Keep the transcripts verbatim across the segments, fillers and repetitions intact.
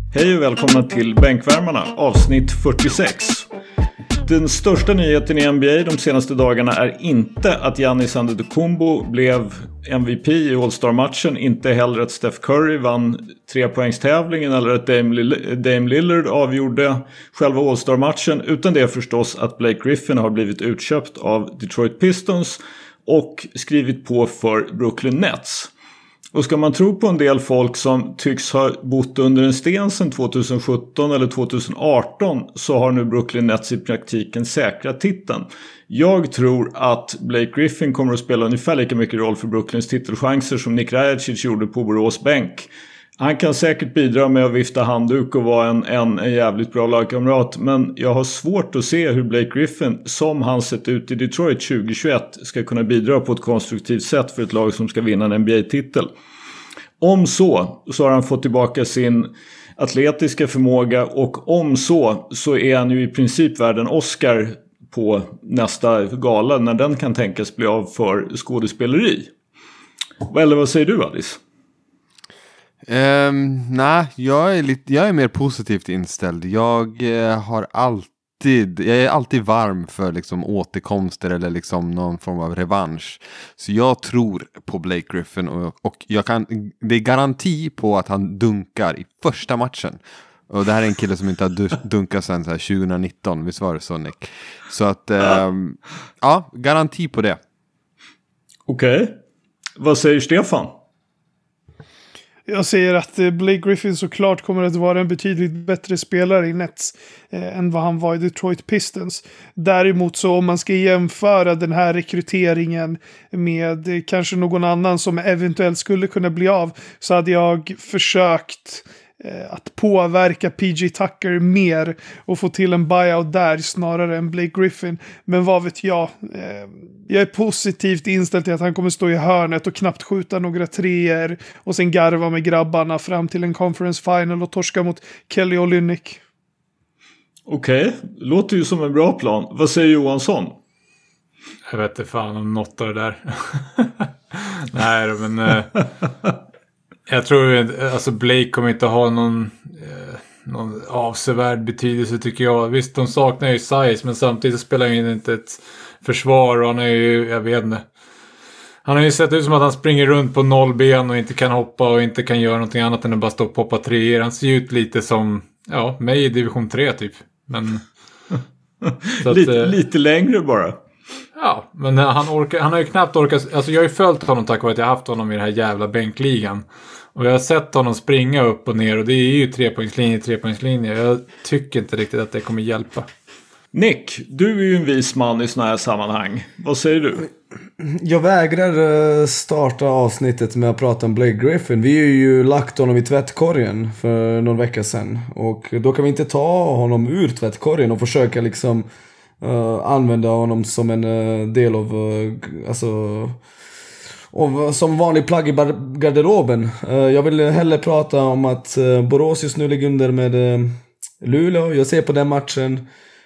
Hej och välkomna till Bänkvärmarna, avsnitt fyrtiosex. Den största nyheten i N B A de senaste dagarna är inte att Giannis Antetokounmpo blev M V P i All-Star-matchen, inte heller att Steph Curry vann trepoängstävlingen eller att Dame Lillard avgjorde själva All-Star-matchen, utan det är förstås att Blake Griffin har blivit utköpt av Detroit Pistons och skrivit på för Brooklyn Nets. Och ska man tro på en del folk som tycks ha bott under en sten sedan tjugosjutton eller tjugoarton, så har nu Brooklyn Nets i praktiken säkrat titeln. Jag tror att Blake Griffin kommer att spela ungefär lika mycket roll för Brooklyns titelchanser som Nick Rajacic gjorde på Borås bänk. Han kan säkert bidra med att vifta handduk och vara en, en, en jävligt bra lagkamrat, men jag har svårt att se hur Blake Griffin, som han sett ut i Detroit tjugohundratjugoett, ska kunna bidra på ett konstruktivt sätt för ett lag som ska vinna en N B A-titel. Om så, så har han fått tillbaka sin atletiska förmåga, och om så, så är han ju i princip värd en Oscar på nästa gala när den kan tänkas bli av för skådespeleri. Eller vad säger du, Alice? Um, nej, jag är, lite, jag är mer positivt inställd. Jag uh, har alltid, jag är alltid varm för liksom återkomster eller liksom någon form av revansch. Så jag tror på Blake Griffin och, och jag kan, det är garanti på att han dunkar i första matchen. Och det här är en kille som inte har dunkat sedan så här tjugonitton, visst var det så, Nick? Så att, um, ja, garanti på det. Okej, okay. Vad säger Stefan? Jag säger att Blake Griffin såklart kommer att vara en betydligt bättre spelare i Nets eh, än vad han var i Detroit Pistons. Däremot så om man ska jämföra den här rekryteringen med eh, kanske någon annan som eventuellt skulle kunna bli av, så hade jag försökt eh, att påverka P J Tucker mer och få till en buyout där snarare än Blake Griffin. Men vad vet jag? Eh, jag är positivt inställd till att han kommer stå i hörnet och knappt skjuta några treor och sen garva med grabbarna fram till en conference final och torska mot Kelly Olynyk. Okej, okay. Låter ju som en bra plan. Vad säger Johansson? Jag vet inte fan om något av det där. Nej, men eh, jag tror alltså Blake kommer inte ha någon eh, någon avsevärd betydelse, tycker jag. Visst, de saknar ju size, men samtidigt spelar han inte ett försvar, och han är ju, jag vet inte. Han har ju sett ut som att han springer runt på noll ben och inte kan hoppa och inte kan göra någonting annat än att bara stå och poppa treor. Han ser ut lite som, ja, mig i division tre typ. Men så att, lite, lite längre bara. Ja, men han, orkar, han har ju knappt orkat. Alltså jag har ju följt honom tack vare att jag har haft honom i den här jävla bänkligan. Och jag har sett honom springa upp och ner, och det är ju trepoängslinje, trepoängslinje. Jag tycker inte riktigt att det kommer hjälpa. Nick, du är ju en vis man i såna här sammanhang. Vad säger du? Jag vägrar starta avsnittet med att prata om Blake Griffin. Vi har ju lagt honom i tvättkorgen för någon vecka sedan. Och då kan vi inte ta honom ur tvättkorgen och försöka liksom uh, använda honom som en uh, del av... Uh, alltså... Och som vanlig plagg i garderoben. Jag vill hellre prata om att Borås just nu ligger under med Luleå. Jag ser på den matchen.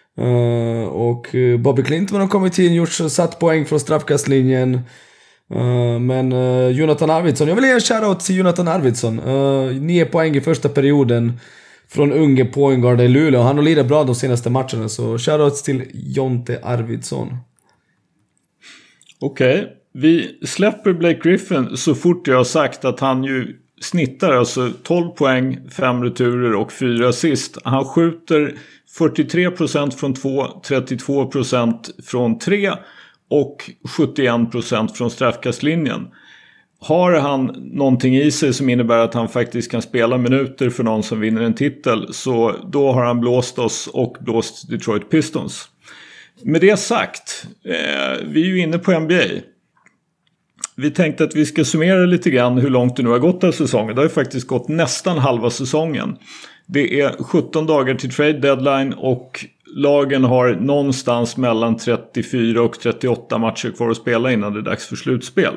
Och Bobby Clinton har kommit in, gjort satt poäng från straffkastlinjen. Men Jonathan Arvidsson, jag vill ge en shoutout till Jonathan Arvidsson. Nio poäng i första perioden från unge poängguard i Luleå. Han har lirat bra de senaste matcherna. Så shoutout till Jonte Arvidsson. Okej. Okay. Vi släpper Blake Griffin så fort jag har sagt att han ju snittar alltså tolv poäng, fem returer och fyra assist. Han skjuter fyrtiotre procent från två, trettiotvå procent från tre och sjuttioen procent från straffkastlinjen. Har han någonting i sig som innebär att han faktiskt kan spela minuter för någon som vinner en titel, så då har han blåst oss och blåst Detroit Pistons. Med det sagt, eh, vi är ju inne på N B A. Vi tänkte att vi ska summera lite grann hur långt det nu har gått av säsongen. Det har ju faktiskt gått nästan halva säsongen. Det är sjutton dagar till trade deadline och lagen har någonstans mellan trettiofyra och trettioåtta matcher kvar att spela innan det är dags för slutspel.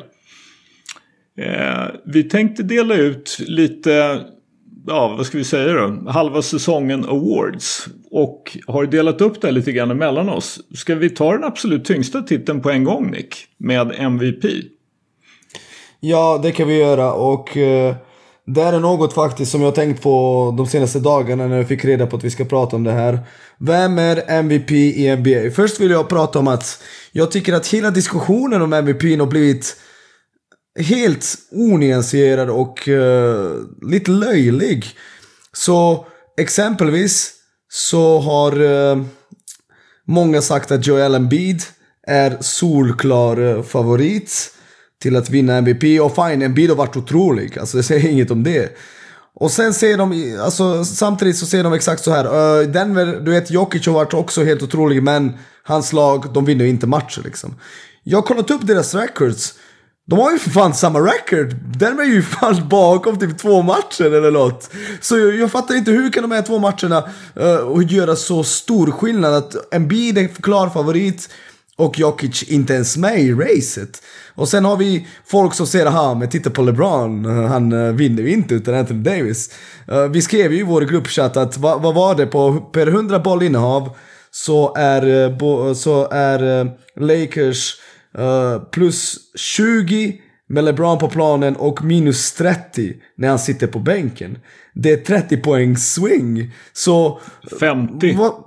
Eh, vi tänkte dela ut lite, ja vad ska vi säga då, halva säsongen awards, och har delat upp det lite grann mellan oss. Ska vi ta den absolut tyngsta titeln på en gång, Nick, med M V P? Ja, det kan vi göra, och eh, Det är något faktiskt som jag har tänkt på de senaste dagarna när jag fick reda på att vi ska prata om det här. Vem är M V P i N B A? Först vill jag prata om att jag tycker att hela diskussionen om M V P har blivit helt onyanserad och uh, lite löjlig. Så exempelvis så har uh, många sagt att Joel Embiid är solklar uh, favorit till att vinna M V P. Och fine, Embiid har varit otrolig. Alltså det säger inget om det. Och sen säger de, alltså samtidigt så säger de exakt så här. Uh, Denver, du vet, Jokic har varit också helt otrolig, men hans lag, de vinner ju inte matcher liksom. Jag har kollat upp deras records. De har ju för fan samma record. Denver är ju fan bakom typ två matcher eller något. Så jag, jag fattar inte hur kan de här två matcherna uh, och göra så stor skillnad att Embiid är klar favorit och Jokic inte ens med i racet. Och sen har vi folk som säger, aha, men titta på LeBron, han uh, vinner ju inte utan Anthony Davis. Uh, vi skrev ju i vår gruppchatt att vad, vad var det på per hundra bollinnehav så är, uh, bo, så är uh, Lakers uh, plus tjugo med LeBron på planen och minus trettio när han sitter på bänken. Det är trettio poäng swing. Så femtio. Va,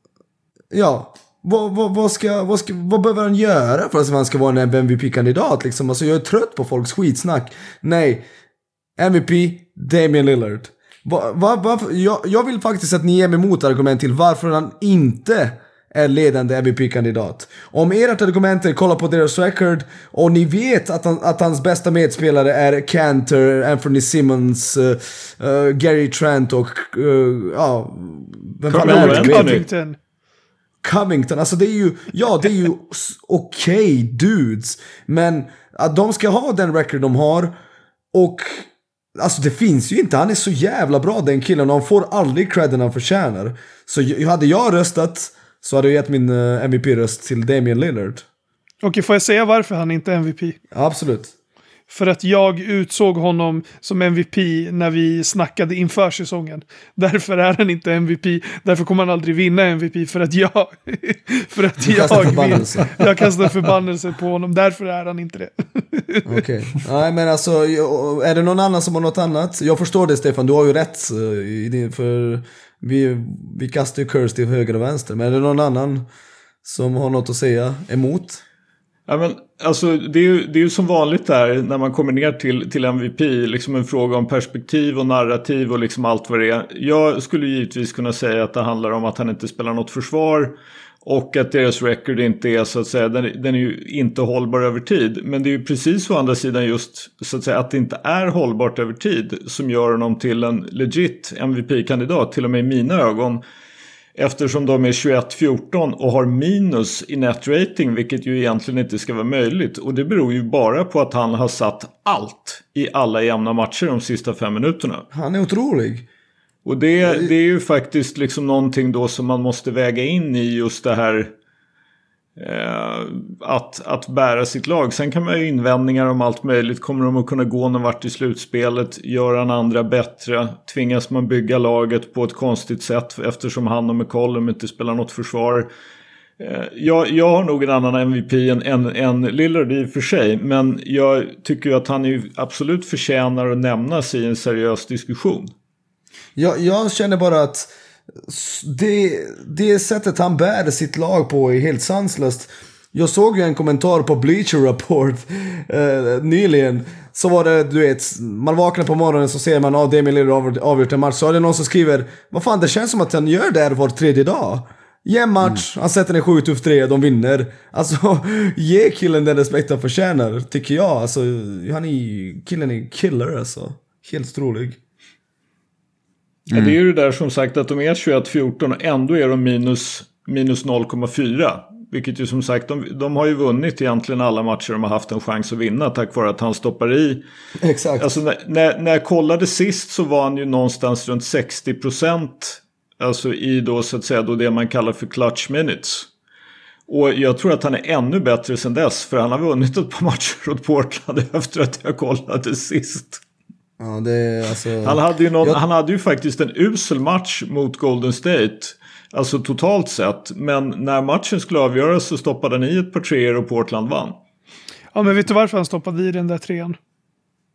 ja. Vad, vad, vad, ska, vad, ska, vad behöver han göra för att han ska vara en M V P-kandidat liksom? Alltså jag är trött på folks skitsnack. Nej, M V P, Damian Lillard. va, va, va, jag, jag vill faktiskt att ni ger mig motargument till varför han inte är ledande M V P-kandidat. Om ert argument är kolla på deras record och ni vet att, han, att hans bästa medspelare är Kanter, Anthony Simmons, uh, uh, Gary Trent och uh, ja, vem fan är det? Covington. Covington, alltså det är ju, ja det är ju okej okay, dudes, men att de ska ha den record de har och alltså det finns ju inte, han är så jävla bra den killen och han får aldrig credden han förtjänar. Så hade jag röstat så hade jag gett min uh, M V P-röst till Damian Lillard. Okej, får jag säga varför han inte är M V P? Absolut. För att jag utsåg honom som M V P när vi snackade inför säsongen. Därför är han inte M V P. Därför kommer han aldrig vinna M V P. För att jag... för att du jag förbannelse. jag kastar förbannelse på honom. Därför är han inte det. Okej. Okay. Nej, men alltså... Är det någon annan som har något annat? Jag förstår det, Stefan. Du har ju rätt. I din, för vi, vi kastar ju curse till höger och vänster. Men är det någon annan som har något att säga emot? Ja, men alltså det är ju, det är ju som vanligt där när man kommer ner till, till M V P, liksom en fråga om perspektiv och narrativ och liksom allt vad det är. Jag skulle givetvis kunna säga att det handlar om att han inte spelar något försvar och att deras record inte är så att säga, den, den är ju inte hållbar över tid. Men det är ju precis å andra sidan just så att säga att det inte är hållbart över tid som gör honom till en legit M V P-kandidat, till och med i mina ögon. Eftersom de är tjugoett fjorton och har minus i netrating, vilket ju egentligen inte ska vara möjligt. Och det beror ju bara på att han har satt allt i alla jämna matcher de sista fem minuterna. Han är otrolig. Och det, det är ju faktiskt liksom någonting då som man måste väga in i just det här eh, att, att bära sitt lag. Sen kan man ju invändningar om allt möjligt. Kommer de att kunna gå någon vart i slutspelet? Gör han andra bättre? Tvingas man bygga laget på ett konstigt sätt eftersom han och McCollum inte spelar något försvar? Eh, jag, jag har nog en annan M V P än, än, än Lillard i och för sig. Men jag tycker ju att han ju absolut förtjänar att nämnas i en seriös diskussion. Jag, jag känner bara att det, det sättet han bär sitt lag på är helt sanslöst. Jag såg ju en kommentar på Bleacher Report eh, nyligen. Så var det, du vet, man vaknar på morgonen så ser man att oh, Damian Lillard har avgjort en match. Så är det någon som skriver, vad fan, det känns som att han gör det här var tredje dag. Jämn match, mm. han sätter en sju tuff tre, de vinner. Alltså, ge killen den respekt han förtjänar, tycker jag. Alltså, han är, killen är killer alltså. Helt otrolig. Mm. Ja, det är ju det där som sagt att de är tjugoett fjorton och ändå är de minus, minus noll komma fyra. Vilket ju som sagt, de, de har ju vunnit egentligen alla matcher de har haft en chans att vinna tack vare att han stoppar i. Exakt. Alltså när, när, när jag kollade sist så var han ju någonstans runt sextio procent. Alltså i då så att säga då det man kallar för clutch minutes. Och jag tror att han är ännu bättre sedan dess, för han har vunnit ett par matcher åt Portland efter att jag kollade sist. Ja, det är alltså... han, hade ju någon, jag... han hade ju faktiskt en usel match mot Golden State. Alltså totalt sett. Men när matchen skulle avgöras så stoppade han i ett par treor och Portland vann. Ja, men vet du varför han stoppade i den där trean?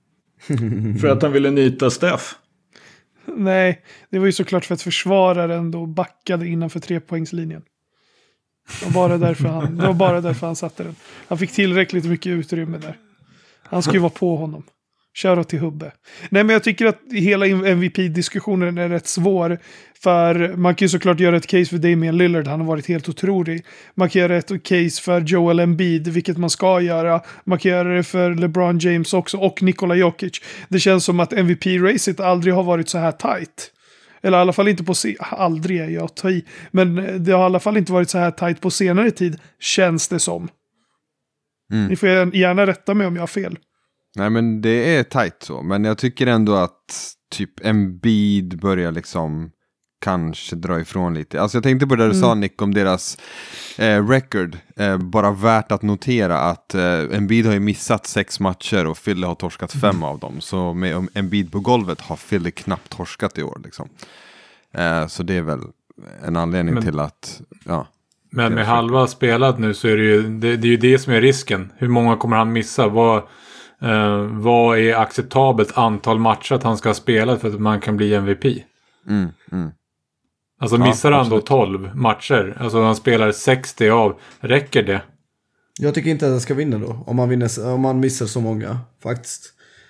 För att han ville nita Steph. Nej, det var ju såklart för att försvararen då backade innanför trepoängslinjen. Det var bara därför han, det var bara därför han satte den. Han fick tillräckligt mycket utrymme där. Han skulle vara på honom. Köra till Hubbe. Nej, men jag tycker att hela M V P-diskussionen är rätt svår. För man kan ju såklart göra ett case för Damian Lillard. Han har varit helt otrolig. Man kan göra ett case för Joel Embiid, vilket man ska göra. Man kan göra det för LeBron James också och Nikola Jokic. Det känns som att M V P-racet aldrig har varit så här tight. Eller i alla fall inte på se- aldrig är jag ta i. Men det har i alla fall inte varit så här tight på senare tid, känns det som. Mm. Ni får gärna rätta mig om jag har fel. Nej, men det är tajt så. Men jag tycker ändå att typ Embiid börjar liksom kanske dra ifrån lite. Alltså jag tänkte på det du mm. sa, Nick, om deras eh, record. Eh, bara värt att notera att eh, Embiid har ju missat sex matcher och Philly har torskat fem mm. av dem. Så med Embiid på golvet har Philly knappt torskat i år liksom. Eh, så det är väl en anledning men, till att... ja. Men med halva spelat nu så är det ju det, det är ju det som är risken. Hur många kommer han missa? Vad... Uh, vad är acceptabelt antal matcher att han ska ha spelat för att man kan bli M V P? Mm, mm. Alltså missar ja, han då tolv matcher? Alltså han spelar sextio av. Räcker det? Jag tycker inte att han ska vinna då. Om man, vinner, om man missar så många, faktiskt.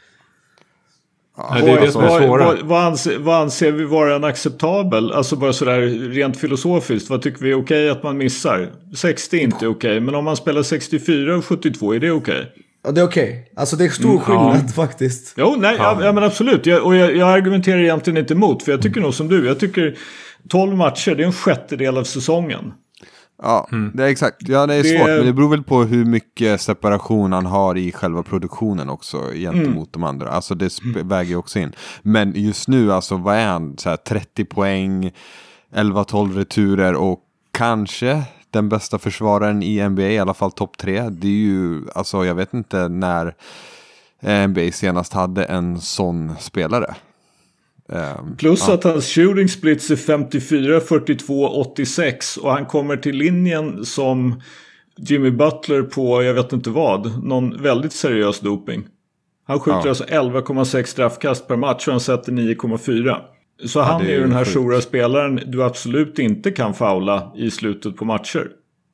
Ja, Nej, det är det som är svåra. Vad, vad, anser, vad anser vi vara en acceptabel? Alltså bara sådär rent filosofiskt. Vad tycker vi är okej att man missar? sextio är inte okej. Men om man spelar sextiofyra och sjuttiotvå, är det okej? Ja, det är okej. Okay. Alltså det är stor skillnad ja. faktiskt. Jo, nej, ja. Ja, men absolut. Jag, och jag, jag argumenterar egentligen inte emot. För jag tycker nog som du. Jag tycker tolv matcher, det är en sjättedel av säsongen. Ja, mm. det är exakt. Ja, det är det... svårt. Men det beror väl på hur mycket separation han har i själva produktionen också gentemot mm. de andra. Alltså det sp- väger också in. Men just nu, alltså vad är han? Så här, trettio poäng, elva tolv returer och kanske... den bästa försvararen i N B A, i alla fall topp tre. Det är ju, alltså jag vet inte när N B A senast hade en sån spelare. Um, Plus ja. att hans shooting splits är femtiofyra, fyrtiotvå, åttiosex och han kommer till linjen som Jimmy Butler på, jag vet inte vad, någon väldigt seriös doping. Han skjuter ja. alltså elva komma sex straffkast per match och han sätter nio komma fyra. Så ja, han är ju den här sjukt. stora spelaren du absolut inte kan faula i slutet på matcher.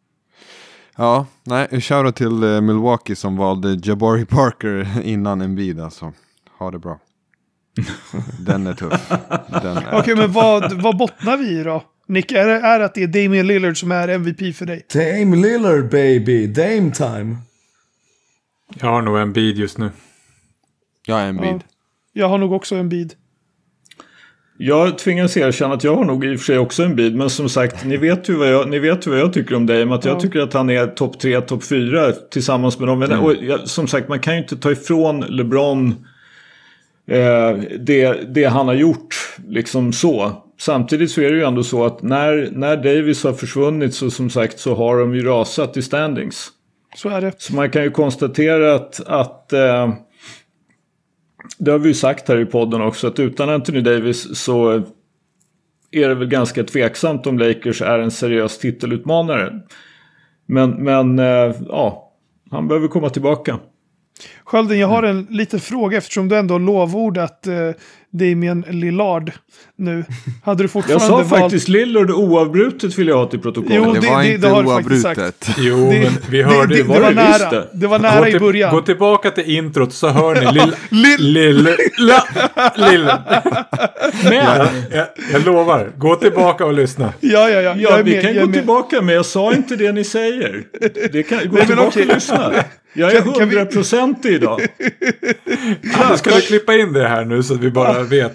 Ja, nej, shoutout till uh, Milwaukee som valde Jabari Parker innan Embiid, alltså. Ha det bra. Den är tuff. Okej, okay, men vad, vad bottnar vi i då? Nick, är det är att det är Damian Lillard som är M V P för dig? Dame Lillard, baby. Dame time. Jag har nog Embiid just nu. Jag är Embiid. Ja, jag har nog också Embiid. Jag tvingas erkänna att jag har nog i och för sig också en bid. Men som sagt, ni vet ju vad jag, ni vet ju vad jag tycker om Dame. Att jag tycker att han är topp tre, topp fyra tillsammans med dem. Mm. Och jag, som sagt, man kan ju inte ta ifrån LeBron eh, det, det han har gjort. Liksom så. Samtidigt så är det ju ändå så att när, när Davis har försvunnit så som sagt så har de ju rasat i standings. Så är det. Så man kan ju konstatera att... att eh, det har vi ju sagt här i podden också att utan Anthony Davis så är det väl ganska tveksamt om Lakers är en seriös titelutmanare. Men, men ja, han behöver komma tillbaka. Skölden, jag har en liten fråga eftersom du ändå har lovordat eh, Damian Lillard nu. Hade du fortfarande jag sa valt... faktiskt Lillard oavbrutet vill jag ha till protokollet. Jo, det, det var det, inte det har oavbrutet. Jo, det, men vi hörde det. Det, det, det var nära, det. det var nära till, i början. Gå tillbaka till introt så hör ni lill... lill... lill... Men, jag, jag, jag lovar, gå tillbaka och lyssna. Ja, ja, ja. ja vi med, kan gå med. tillbaka men jag sa inte det ni säger. Det kan, gå Nej, tillbaka okay. och lyssna. Jag är hundra procent idag. Ja, ska vi klippa in det här nu så att vi bara vet.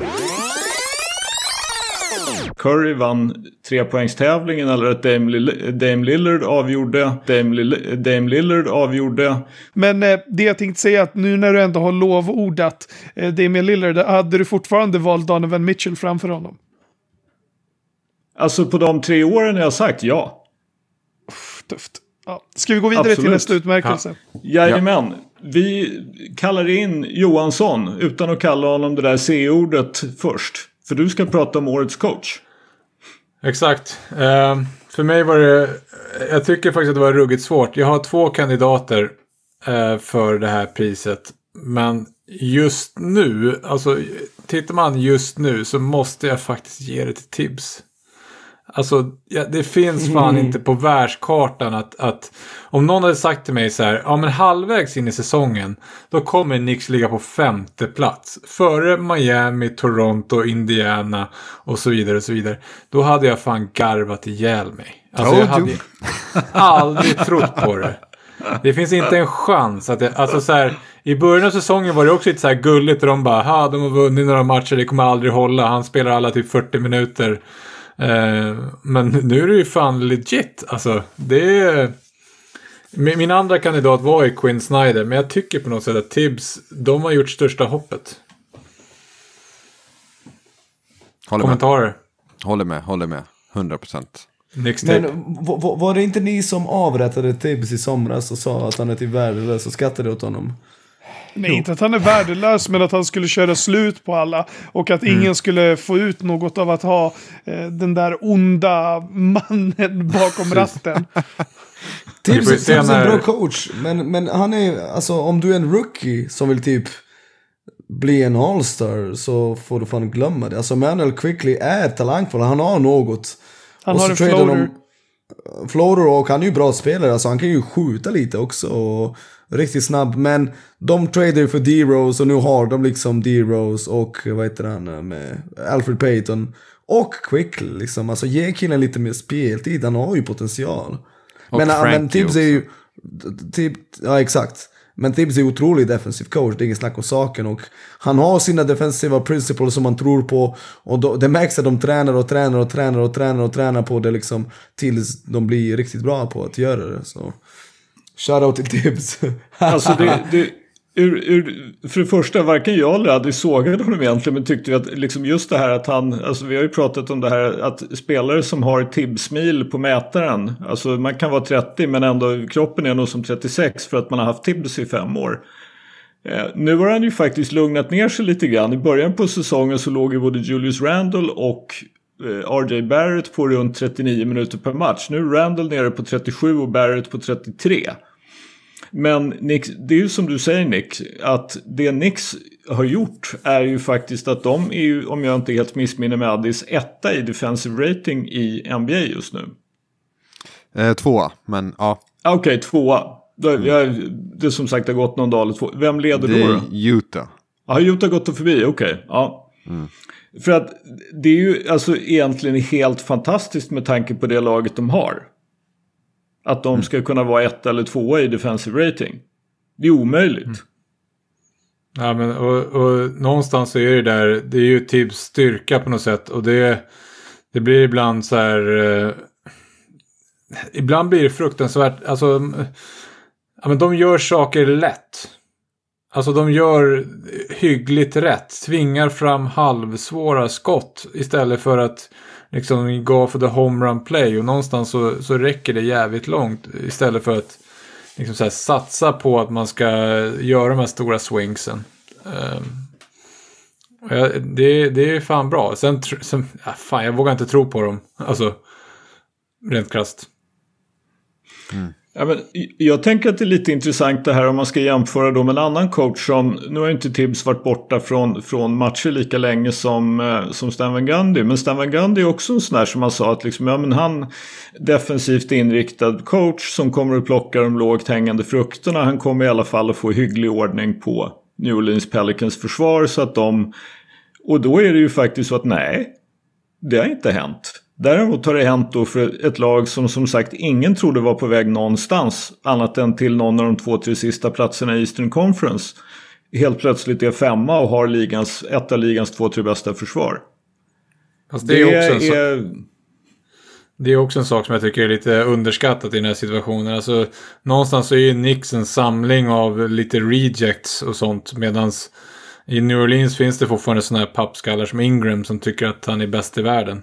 Curry vann trepoängstävlingen eller att Dame, Lill- Dame Lillard avgjorde. Dame, Lill- Dame Lillard avgjorde. Men eh, det jag tänkte säga att nu när du ändå har lovordat eh, Damian Lillard, hade du fortfarande valt Donovan Mitchell framför honom? Alltså på de tre åren jag har sagt ja. Uff, tufft. Ja. Ska vi gå vidare Absolut. till nästa utmärkelse? Ja. Jajamän. Ja. Vi kallar in Johansson utan att kalla honom det där C-ordet först. För du ska prata om årets coach. Exakt. Uh, för mig var det... Jag tycker faktiskt att det var ruggigt svårt. Jag har två kandidater uh, för det här priset. Men just nu, alltså tittar man just nu så måste jag faktiskt ge det till Tibbs. Alltså, ja, det finns fan mm. inte på världskartan att, att om någon hade sagt till mig så här, ja men halvvägs in i säsongen då kommer Knicks ligga på femte plats före Miami, Toronto, Indiana och så vidare och så vidare. Då hade jag fan garvat ihjäl mig. Alltså jag hade aldrig trott på det. Det finns inte en chans att det, alltså så här, i början av säsongen var det också lite så här gulligt och de bara, ha de har vunnit några matcher, det kommer aldrig hålla. Han spelar alla typ fyrtio minuter. Uh, men nu är det ju fan legit. Alltså, det är... Min, min andra kandidat var ju Quinn Snyder, men jag tycker på något sätt att Tibbs, de har gjort största hoppet. Håller Kommentarer? Med. Håller med, håller med. hundra procent. Men v- v- var det inte ni som avrättade Tibbs i somras och sa att han är till värdelös och skattade åt honom? Nej, inte att han är värdelös, men att han skulle köra slut på alla. Och att mm. ingen skulle få ut något av att ha eh, den där onda mannen bakom ratten. Tibbs är en bra coach, men, men han är, alltså om du är en rookie som vill typ bli en all-star så får du fan glömma det. Alltså Manuel Quickley är talangfull, han har något. Han har en floater. De, floater och han är ju bra spelare, alltså han kan ju skjuta lite också och riktigt snabb, men de tradar för D-Rose och nu har de liksom D-Rose och vad heter han med Alfred Payton och Quickley liksom, alltså ge killen lite mer speltid, han har ju potential. Och men, men Tibbs är ju typ, ja exakt, men Tibbs är otroligt defensiv coach, det är ingen snack om saken, och han har sina defensiva principles som man tror på, och då, det märks att de tränar och tränar och tränar och tränar och tränar på det liksom tills de blir riktigt bra på att göra det, så shoutout till Tibbs. Alltså det, det ur, ur, för det första, varken jag eller Addy sågade honom egentligen, men tyckte att liksom just det här att han, alltså vi har ju pratat om det här att spelare som har Tibbs-mil på mätaren, alltså man kan vara trettio men ändå kroppen är nog som trettiosex för att man har haft Tibbs i fem år. Eh, nu har han ju faktiskt lugnat ner sig lite grann. I början på säsongen så låg ju både Julius Randle och R J Barrett på runt trettionio minuter per match. Nu är Randle nere på trettiosju och Barrett på trettiotre. Men Knicks, det är ju som du säger Nick, att det Knicks har gjort är ju faktiskt att de är ju, om jag inte helt missminner med Addis, etta i defensive rating i N B A just nu. Eh, tvåa, men ja. Okej, okay, tvåa. Mm. Jag, det som sagt har gått någon dag eller två. Vem leder det då? då? Utah. Ja, Utah gått och förbi, okej. Okay. Ja. Mm. För att det är ju alltså egentligen helt fantastiskt med tanke på det laget de har. Att de ska kunna vara ett eller tvåa i defensive rating. Det är omöjligt. Mm. Ja, men och, och någonstans så är det där, det är ju Tibbs styrka på något sätt. Och det, det blir ibland så här... Eh, ibland blir det fruktansvärt... Alltså, ja, men de gör saker lätt. Alltså de gör hyggligt rätt. Tvingar fram halvsvåra skott istället för att liksom gå för the home run play. Och någonstans så, så räcker det jävligt långt. Istället för att liksom så här, satsa på att man ska göra de här stora swingsen. Um, ja, det, det är fan bra. Sen, sen ja, fan, jag vågar inte tro på dem. Alltså, rent krasst. Mm. Ja, men jag tänker att det är lite intressant det här om man ska jämföra då med en annan coach som, nu har inte Tibbs varit borta från, från matcher lika länge som, eh, som Stan Van Gundy, men Stan Van Gundy är också en sån där som man sa att liksom, ja, men han defensivt inriktad coach som kommer att plocka de lågt hängande frukterna, han kommer i alla fall att få hygglig ordning på New Orleans Pelicans försvar så att de, och då är det ju faktiskt så att nej, det har inte hänt. Däremot har det hänt då för ett lag som som sagt ingen trodde var på väg någonstans annat än till någon av de två, tre sista platserna i Eastern Conference. Helt plötsligt är femma och har ligans, ett av ligans två, tre bästa försvar. Alltså det, det, är också är... Så... det är också en sak som jag tycker är lite underskattat i den här situationen. Alltså, någonstans så är ju Knicks en samling av lite rejects och sånt, medans i New Orleans finns det fortfarande såna här pappskallar som Ingram som tycker att han är bäst i världen.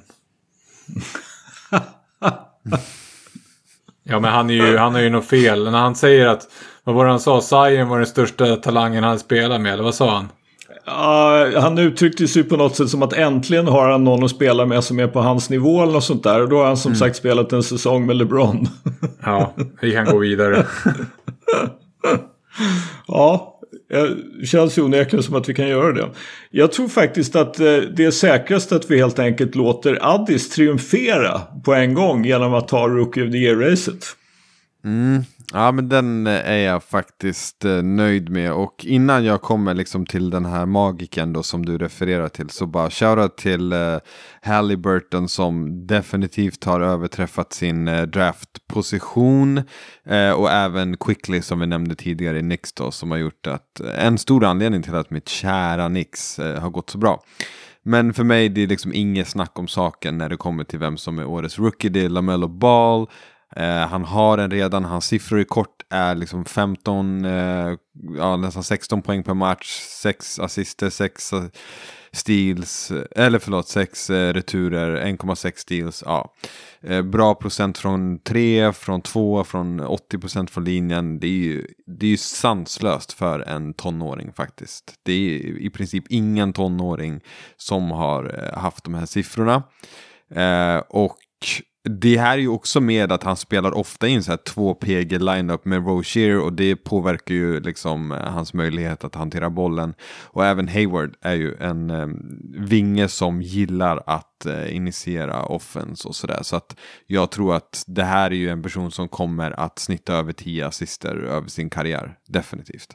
Ja, men han är ju han har ju något fel när han säger att, vad var det han sa, Zion var den största talangen han spelar med, eller vad sa han? Uh, han uttryckte sig på något sätt som att äntligen har han någon att spela med som är på hans nivå eller något sånt där, och då har han som mm. sagt spelat en säsong med LeBron. Ja, vi kan gå vidare. Ja, Det känns ju onekligen som att vi kan göra det. Jag tror faktiskt att det är säkrast att vi helt enkelt låter Addis triumfera på en gång genom att ta Rookie of the Year-racet. Mm. Ja, men den är jag faktiskt eh, nöjd med. Och innan jag kommer liksom till den här magiken då som du refererar till, så bara shoutout till eh, Halliburton som definitivt har överträffat sin eh, draftposition. Eh, och även Quickly som vi nämnde tidigare i Knicks då, som har gjort att eh, en stor anledning till att mitt kära Knicks eh, har gått så bra. Men för mig det är liksom inget snack om saken när det kommer till vem som är årets rookie. Det är LaMelo Ball. Uh, han har en redan, hans siffror i kort är liksom femton, uh, ja, nästan sexton poäng per match, sex assister, sex uh, steals, eller förlåt, sex uh, returer, en komma sex steals, ja. Uh, bra procent från tre, från två, från åttio procent från linjen. Det är ju, det är ju sanslöst för en tonåring faktiskt. Det är i princip ingen tonåring som har uh, haft de här siffrorna. Uh, och det här är ju också med att han spelar ofta in så här två P G-lineup med Rozier, och det påverkar ju liksom hans möjlighet att hantera bollen. Och även Hayward är ju en um, vinge som gillar att uh, initiera offense och sådär. Så att jag tror att det här är ju en person som kommer att snitta över tio assister över sin karriär, definitivt.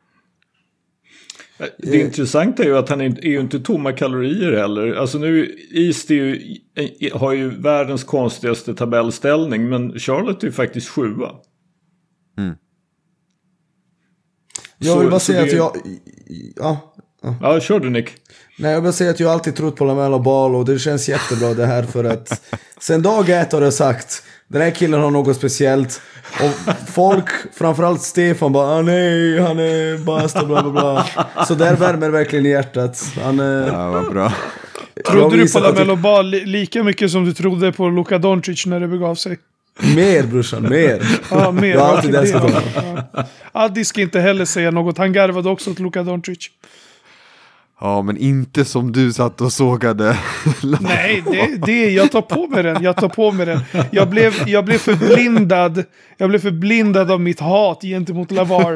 Det intressanta är ju att han är ju inte tomma kalorier heller. Alltså nu, East är ju, har ju världens konstigaste tabellställning, men Charlotte är ju faktiskt sjua. Mm. Jag vill Så- bara så säga det- att jag... Ja, ja. Ja, kör du Nick. Nej, jag vill säga att jag alltid trott på LaMelo Ball, och det känns jättebra det här, för att sen dag ett har jag sagt den här killen har något speciellt, och folk, framförallt Stefan, bara ah, nej, han är basta, bla bla bla. Så där värmer verkligen i hjärtat. Han är... Ja, vad bra. Trodde du på visat att LaMelo Ball li- lika mycket som du trodde på Luka Doncic när det begav sig? Mer brorsan, mer. Ja, mer. Jag har alltid Okej, älskat det- honom. ja. Addi ska inte heller säga något. Han garvade också åt Luka Doncic. Ja, men inte som du satt och sågade. Nej, det, det, jag tar på mig den. Jag tar på mig den. Jag blev, jag blev förblindad. Jag blev förblindad av mitt hat gentemot LaVar.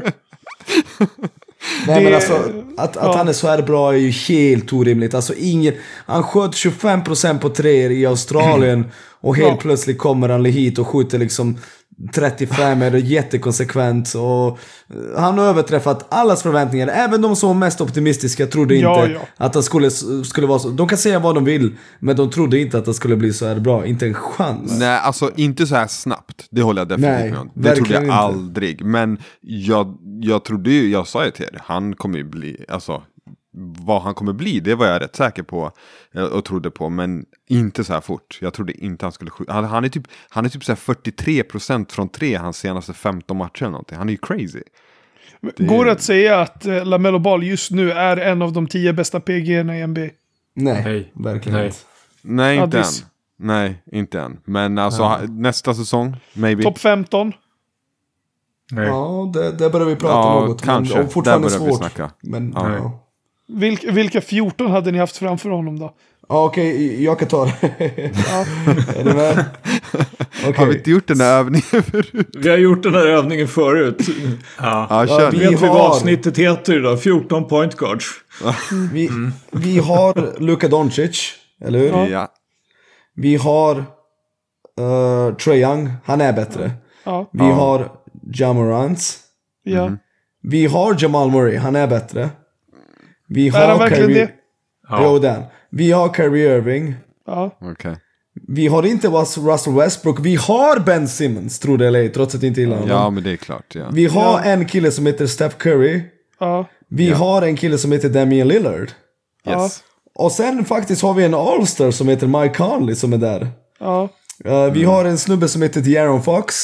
Nej, Det- men alltså, att, att ja. han är så här bra är ju helt orimligt. Alltså ingen, han sköt tjugofem procent på treor i Australien, och helt Ja. plötsligt kommer han hit och skjuter liksom trettiofem, är det jättekonsekvent, och eh, han har överträffat allas förväntningar. Även de som var mest optimistiska trodde inte Ja, ja. att han skulle, skulle vara så. De kan säga vad de vill, men de trodde inte att han skulle bli så här bra. Inte en chans. Nej, alltså inte så här snabbt. Det håller jag definitivt Nej, med om. Det trodde verkligen jag inte. aldrig. Men jag, jag trodde ju, jag sa ju till er, han kommer ju bli, alltså vad han kommer bli, det var jag rätt säker på och trodde på, men inte så här fort. Jag trodde inte han skulle skjuta. Han, han är typ, han är typ så här fyrtiotre procent från tre hans senaste femton matcher eller någonting. Han är ju crazy. Går det att säga att eh, LaMelo Ball just nu är en av de tio bästa P G-erna i N B A? Nej, Nej. verkligen Nej. inte. Nej, inte Addis. än. Nej, inte än. Men alltså ha- nästa säsong, maybe. Topp femton? Nej. Ja, det, det börjar vi prata Ja, något. kanske. Men, och fortfarande Där börjar vi svårt. snacka. Men, Ja. ja. Vilka, vilka fjorton hade ni haft framför honom då? Ja, okej, jag kan ta det. Är du med? Okej. Har vi inte gjort den där övningen förut? Vi har gjort den här övningen förut. Ja. Ja, Ja, kör. vi- Vet vi vad har- avsnittet heter idag? fjorton point guards. Vi, vi har Luka Doncic, eller hur? Ja. Ja. Vi har uh, Trae Young, han är bättre. Ja, Vi Ja. har Ja Morant. ja. Mm. Vi har Jamal Murray, han är bättre. Vi har Är han verkligen Kyrie- det? Jo, den. Vi har Kyrie Irving. Ja. Okej. Vi har inte Russell Westbrook. Vi har Ben Simmons, tror det eller ej, trots att jag inte gillar honom. Ja, men det är klart. Ja. Vi har Ja. en kille som heter Steph Curry. Ja. Vi har en kille som heter Damian Lillard. Yes. Och sen faktiskt har vi en All-Star som heter Mike Conley som är där. Ja. Uh, vi har en snubbe som heter De'Aaron Fox.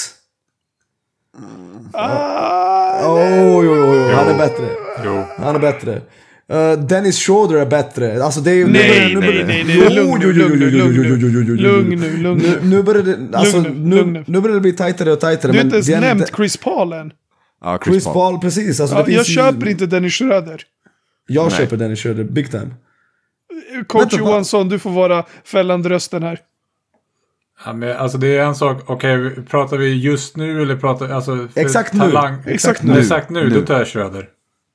Ah, Oh, jo, jo, jo. Han är bättre. Jo. Han är bättre. Uh, Dennis Schroeder är bättre. Alltså det är ju... nu Nej, börjar- nu nej, börjar- nej, Jo, nej. Lugn nu, jo, jo, lugn nu, jo, jo, lugn jo, jo, jo, jo, nu. jo, jo. Lugn nu, lugn Nu, nu. nu börjar det... Alltså, Lugn nu, lugn nu, nu. nu börjar det bli tajtare och tajtare. Du har men inte ens det är nämnt inte- Chris Paul än. Ja, Chris, Chris Paul. Paul, precis. Alltså, det Ja, jag finns ju- köper inte Dennis Schröder. Jag Nej. köper Dennis Schroeder, big time. Coach Vänta, va? Johansson, du får vara fällande rösten här. Ja, men alltså det är en sak. Okej, pratar vi just nu eller pratar alltså för Exakt nu. talang? Exakt nu. Exakt nu, Nu. då tar jag Schröder.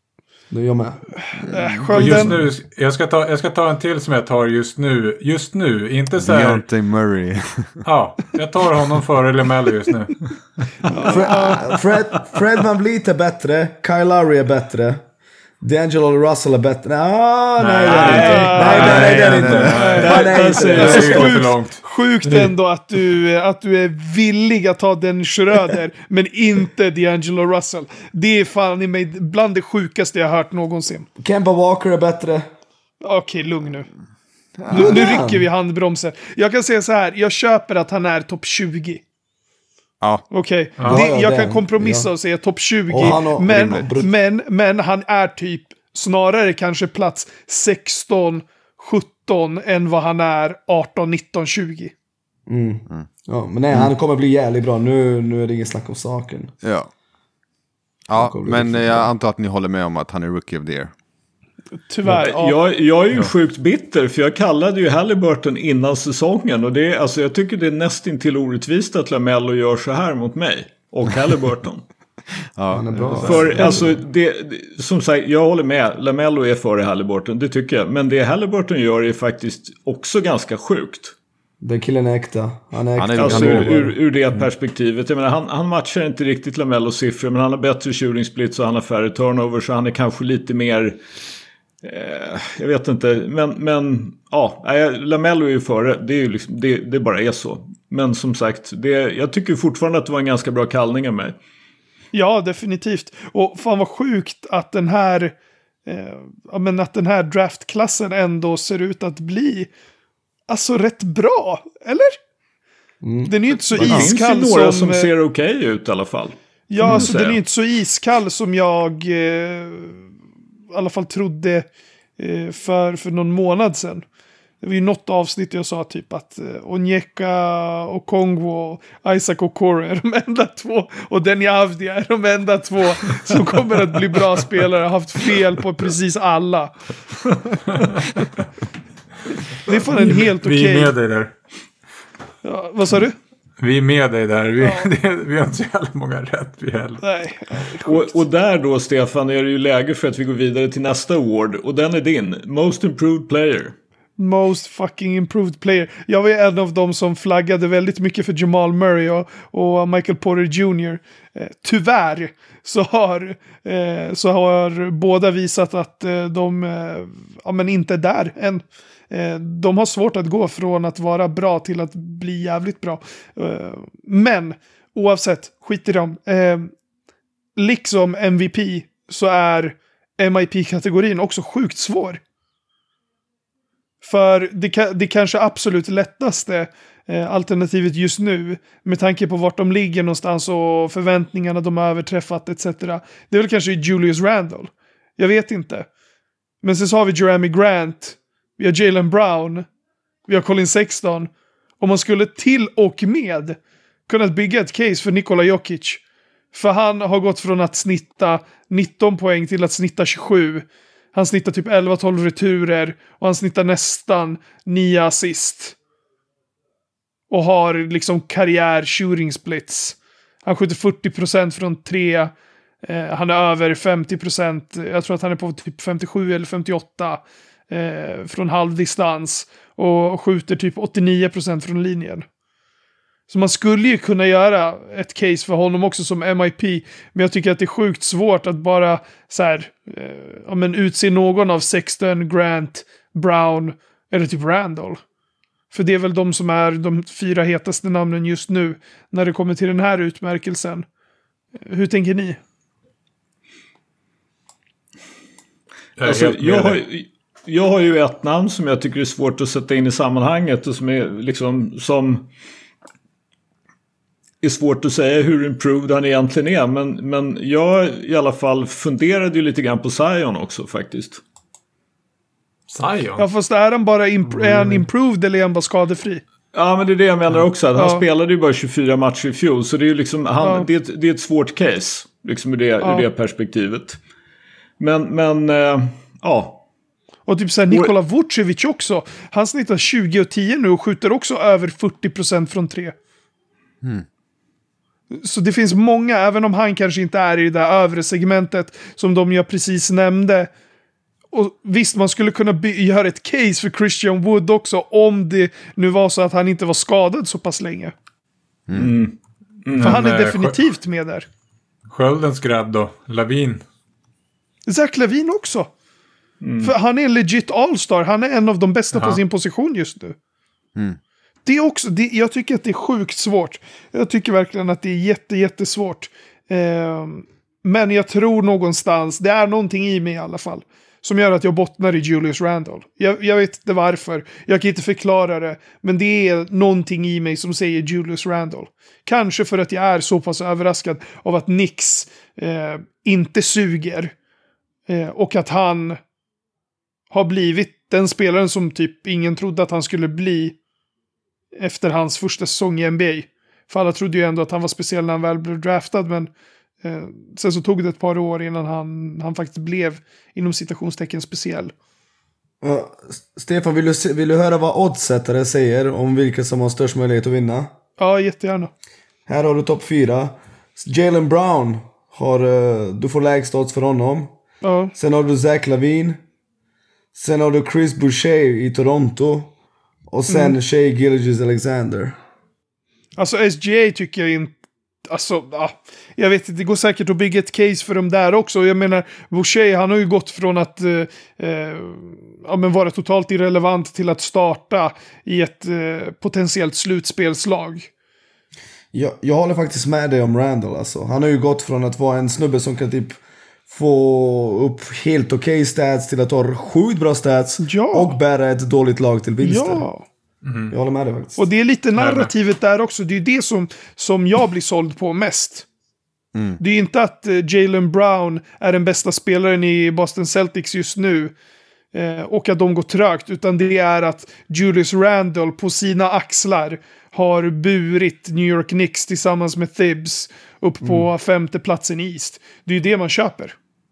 Nu är jag med. Äh, Och just nu, jag ska, ta, jag ska ta en till som jag tar just nu. Just nu, inte så här... Deontay Murray. Ja, jag tar honom före LaMelo just nu. Fred, Fred, Fred VanVleet är bättre. Kyle Lowry är bättre. D'Angelo Russell är bättre. Ah, nej, nej, nej, nej, nej, det är inte. Nej, det är inte. Det går för långt. Sjukt ändå att du, att du är villig att ta den Schröder, men inte D'Angelo Russell. Det är fan i mig bland det sjukaste jag har hört någonsin. Kemba Walker är bättre. Okej, lugn nu. Nu, nu rycker vi handbromsen. Jag kan säga så här, jag köper att han är topp tjugo. Ja. Okej, Ja, det- ja, jag den, kan kompromissa ja. och säga topp tjugo, Och han har- men, rimligt. men, men han är typ snarare kanske plats sexton sjutton än vad han är arton nitton tjugo. Mm. Ja, men nej, han kommer bli jävligt bra. Nu, nu är det ingen snack om saken. Ja. Ja, kommer men bli jag antar att ni håller med om att han är Rookie of the Year. Tyvärr, ja. Jag, jag är ju sjukt bitter för jag kallade ju Halliburton innan säsongen och det är, alltså jag tycker det är nästintill orättvist att LaMelo gör så här mot mig och Halliburton. Ja, Han är bra. För alltså, det, det, som sagt, jag håller med. LaMelo är före Halliburton, det tycker jag. Men det Halliburton gör är faktiskt också ganska sjukt. Den killen är äkta. Han är äkta. Han är- Alltså han ur, är- ur, ur det perspektivet. Jag menar, han, han matchar inte riktigt LaMelos siffror, men han har bättre shooting splits och han har färre turnovers så han är kanske lite mer... Eh, jag vet inte, men, men ja, nej, LaMelo är ju före. Det, är ju liksom, det, det bara är så. Men som sagt, det, jag tycker fortfarande att det var en ganska bra kallning av mig. Ja, definitivt. Och fan vad sjukt att den här eh, ja, men att den här draftklassen ändå ser ut att bli alltså rätt bra, eller? Mm. Den är ju inte så Det finns ju iskall några som... som eh, ser okej ut i alla fall. Ja, man alltså säga. den är inte så iskall som jag eh, i alla fall trodde eh, för, för någon månad sedan. Det var ju något avsnitt jag sa typ att eh, Onyeka och Kongo och Isaac Okoro är de enda två och Denny Avdia är de enda två som kommer att bli bra spelare. Jag har haft fel på precis alla. Det är fan en helt okej... Vi är med dig där. Ja, vad sa du? Vi är med dig där. Vi, det, vi har inte så jävla många rätt vi heller. Nej. Och, och där då, Stefan, är det ju läge för att vi går vidare till nästa award. Och den är din. Most Improved Player. Most fucking improved player. Jag var ju en av dem som flaggade väldigt mycket för Jamal Murray och, och Michael Porter junior Eh, tyvärr så har, eh, så har båda visat att eh, de eh, ja, men inte är där än. Eh, de har svårt att gå från att vara bra till att bli jävligt bra. Eh, men oavsett, skit i dem. Eh, liksom M V P så är M I P-kategorin också sjukt svår. För det, det kanske absolut lättaste eh, alternativet just nu, med tanke på vart de ligger någonstans och förväntningarna de har överträffat et cetera. Det är väl kanske Julius Randle. Jag vet inte. Men sen så har vi Jeremy Grant, vi har Jaylen Brown, vi har Colin Sexton. Och man skulle till och med kunnat bygga ett case för Nikola Jokic. För han har gått från att snitta nitton poäng till att snitta tjugosju. Han snittar typ elva tolv returer och han snittar nästan nio assist. Och har liksom karriär shooting splits. Han skjuter fyrtio procent från tre. Eh, han är över femtio procent. Jag tror att han är på typ femtiosju eller femtioåtta eh, från halvdistans. Och skjuter typ åttionio procent från linjen. Så man skulle ju kunna göra ett case för honom också som M I P. Men jag tycker att det är sjukt svårt att bara så här, eh, ja, men utse någon av Sexton, Grant, Brown eller typ Randall. För det är väl de som är de fyra hetaste namnen just nu när det kommer till den här utmärkelsen. Hur tänker ni? Jag, är Alltså, helt med jag, har, dig. jag har ju ett namn som jag tycker är svårt att sätta in i sammanhanget och som är liksom som är svårt att säga hur improved han egentligen är, men, men jag i alla fall funderade ju lite grann på Zion också faktiskt. Zion? Ja, fast är han bara imp- är han improved eller är han bara skadefri? Ja, men det är det jag menar också. Att han Ja. spelade ju bara tjugofyra matcher i fjol. Så det är ju liksom, han, Ja. det, är ett, det är ett svårt case. Liksom ur det, Ja. ur det perspektivet. Men, men äh, ja. Och typ såhär Nikola Vucevic också. Han snittar tjugo och tio nu och skjuter också över fyrtio procent från tre. Mm. Så det finns många, även om han kanske inte är i det där övre segmentet som de jag precis nämnde. Och visst, man skulle kunna by- göra ett case för Christian Wood också, om det nu var så att han inte var skadad så pass länge. Mm. Mm. För han är definitivt med där. Sköldens grabb då, Lavin. Zach Lavin också. Mm. För han är en legit all-star. Han är en av de bästa Aha. på sin position just nu. Mm. Det är också, det, jag tycker att det är sjukt svårt. Jag tycker verkligen att det är jätte, jättesvårt. Eh, men jag tror någonstans, det är någonting i mig i alla fall, som gör att jag bottnar i Julius Randle. Jag, jag vet inte varför. Jag kan inte förklara det. Men det är någonting i mig som säger Julius Randle. Kanske för att jag är så pass överraskad av att Knicks eh, inte suger. Eh, och att han har blivit den spelaren som typ ingen trodde att han skulle bli efter hans första säsong i N B A. För alla trodde ju ändå att han var speciell när han väl blev draftad, men eh, sen så tog det ett par år innan han, han faktiskt blev inom citationstecken speciell. Uh, Stefan, vill du, se, vill du höra vad oddsättare säger om vilka som har störst möjlighet att vinna? Ja, jättegärna. Här har du topp fyra. Jaylen Brown har, uh, du får lägst odds för honom. Ja. Sen har du Zach Lavin. Sen har du Chris Boucher i Toronto. Och sen mm. Shai Gilgeous-Alexander. Alltså S G A tycker jag inte... Alltså, ah, jag vet inte, det går säkert att bygga ett case för dem där också. Jag menar, Boucher, han har ju gått från att eh, eh, ja, men vara totalt irrelevant till att starta i ett eh, potentiellt slutspelslag. Jag, jag håller faktiskt med dig om Randle alltså. Han har ju gått från att vara en snubbe som kan typ få upp helt okej okay stats till att ha sjukt bra stats ja. och bära ett dåligt lag till vinster. Ja. Mm. Jag håller med dig faktiskt. Och det är lite narrativet där också. Det är ju det som, som jag blir såld på mest. Mm. Det är inte att uh, Jaylen Brown är den bästa spelaren i Boston Celtics just nu. Eh, och att de går trögt. Utan det är att Julius Randle på sina axlar har burit New York Knicks tillsammans med Thibs upp på mm. femte platsen i East. Det är ju det man köper.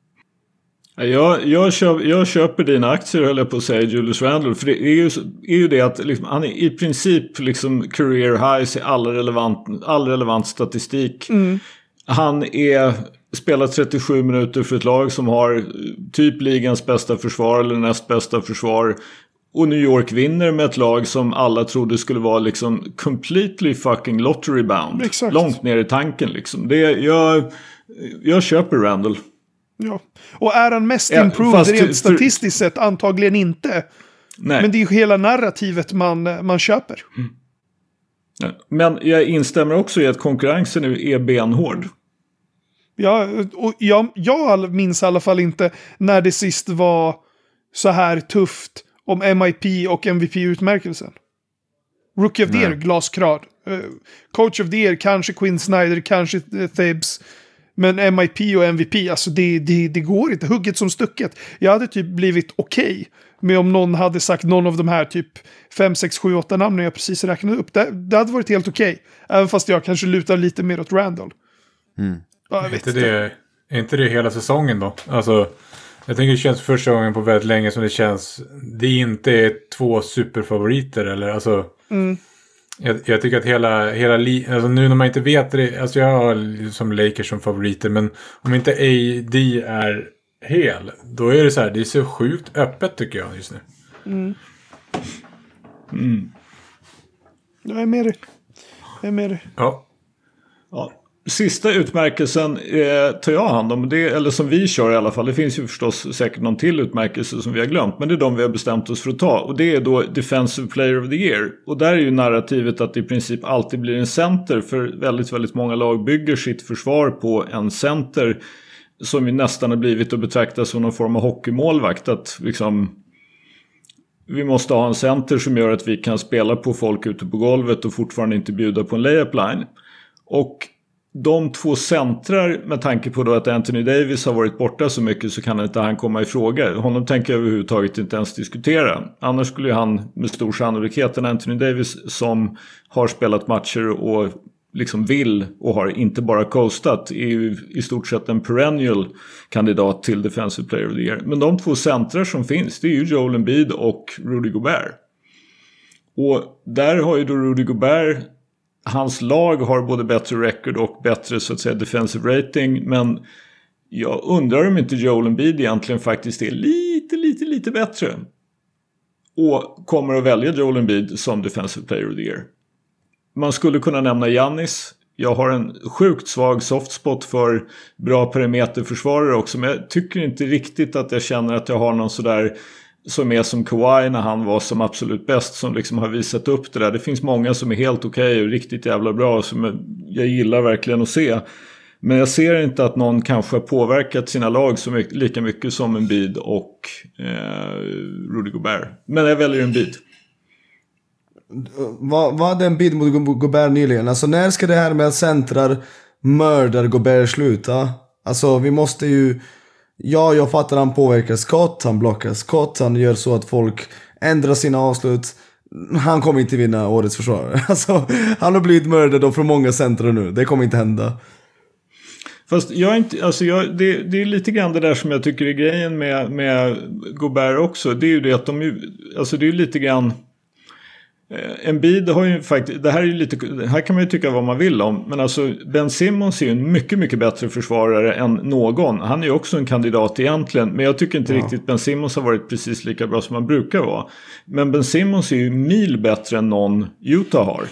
Jag, jag, köper, jag köper dina aktier, höll jag på att säga, Julius Randle. För det är ju, är ju det att liksom, han är i princip liksom career highs i all relevant, all relevant statistik. Mm. Han är spelar trettiosju minuter för ett lag som har typ ligans bästa försvar eller näst bästa försvar. Och New York vinner med ett lag som alla trodde skulle vara liksom completely fucking lottery bound. Exakt. Långt ner i tanken liksom. Det, jag, jag köper Randle. Ja. Och är han mest ja, improved rent för, statistiskt sett? Antagligen inte. Nej. Men det är ju hela narrativet man, man köper. Mm. Ja. Men jag instämmer också i att konkurrensen nu är benhård. Ja, och jag, jag minns i alla fall inte när det sist var så här tufft om M I P och M V P-utmärkelsen. Rookie of the Year, glaskrad. Uh, Coach of the Year, kanske Quinn Snyder, kanske uh, Thibs. Men M I P och M V P, alltså det, det, det går inte. Hugget som stucket. Jag hade typ blivit okej okay med om någon hade sagt någon av de här typ fem, sex, sju, åtta namnen jag precis räknade upp. Det, det hade varit helt okej. Okay. Även fast jag kanske lutar lite mer åt Randle. Mm. Ja, jag vet inte. Det, är inte det hela säsongen då? Alltså, jag tänker det känns första gången på väldigt länge som det känns. Det inte är två superfavoriter eller alltså. Mm. Jag, jag tycker att hela, hela li, alltså nu när man inte vet det, alltså jag har som Lakers som favoriter, men om inte A D är hel, då är det så här, det är så sjukt öppet tycker jag just nu. Mm. Mm. Jag är med dig. Jag är med dig. Ja. Ja. Sista utmärkelsen eh, tar jag hand om, det, eller som vi kör i alla fall. Det finns ju förstås säkert någon till utmärkelse som vi har glömt, men det är de vi har bestämt oss för att ta. Och det är då Defensive Player of the Year. Och där är ju narrativet att det i princip alltid blir en center, för väldigt, väldigt många lag bygger sitt försvar på en center som ju nästan har blivit att betrakta som någon form av hockeymålvakt. Att liksom, vi måste ha en center som gör att vi kan spela på folk ute på golvet och fortfarande inte bjuda på en layup line. Och de två centrar, med tanke på då att Anthony Davis har varit borta så mycket, så kan inte han komma i fråga. Honom tänker jag överhuvudtaget inte ens diskutera. Annars skulle ju han med stor sannolikhet, en Anthony Davis som har spelat matcher och liksom vill och har inte bara coastat, är ju i stort sett en perennial kandidat till Defensive Player of the Year. Men de två centrar som finns, det är ju Joel Embiid och Rudy Gobert. Och där har ju då Rudy Gobert hans lag har både bättre record och bättre så att säga defensive rating. Men jag undrar om inte Joel Embiid egentligen faktiskt är lite, lite, lite bättre. Och kommer att välja Joel Embiid som defensive player of the year. Man skulle kunna nämna Giannis. Jag har en sjukt svag softspot för bra perimeterförsvarare också. Men jag tycker inte riktigt att jag känner att jag har någon sådär som är som Kawhi när han var som absolut bäst. Som liksom har visat upp det där. Det finns många som är helt okej okay och riktigt jävla bra. Som jag gillar verkligen att se. Men jag ser inte att någon kanske har påverkat sina lag så mycket, lika mycket som Embiid och eh, Rudy Gobert. Men jag väljer Embiid. Vad, vad hade Embiid mot Gobert nyligen? Alltså när ska det här med centrar mördar Gobert sluta? Alltså vi måste ju... Ja, jag fattar han påverkar skott, han blockar skott, han gör så att folk ändrar sina avslut. Han kommer inte vinna årets försvarare. Alltså, han har blivit mördad av för många centrar nu. Det kommer inte hända. Fast jag är inte, alltså jag, det, det är lite grann det där som jag tycker är grejen med, med Gobert också. Det är ju det att de, alltså det är lite grann... Eh, Embiid har ju faktiskt, det här är ju lite, här kan man ju tycka vad man vill om, men alltså Ben Simmons är ju en mycket mycket bättre försvarare än någon. Han är ju också en kandidat egentligen, men jag tycker inte ja. riktigt Ben Simmons har varit precis lika bra som han brukar vara. Men Ben Simmons är ju mil bättre än någon Utah har.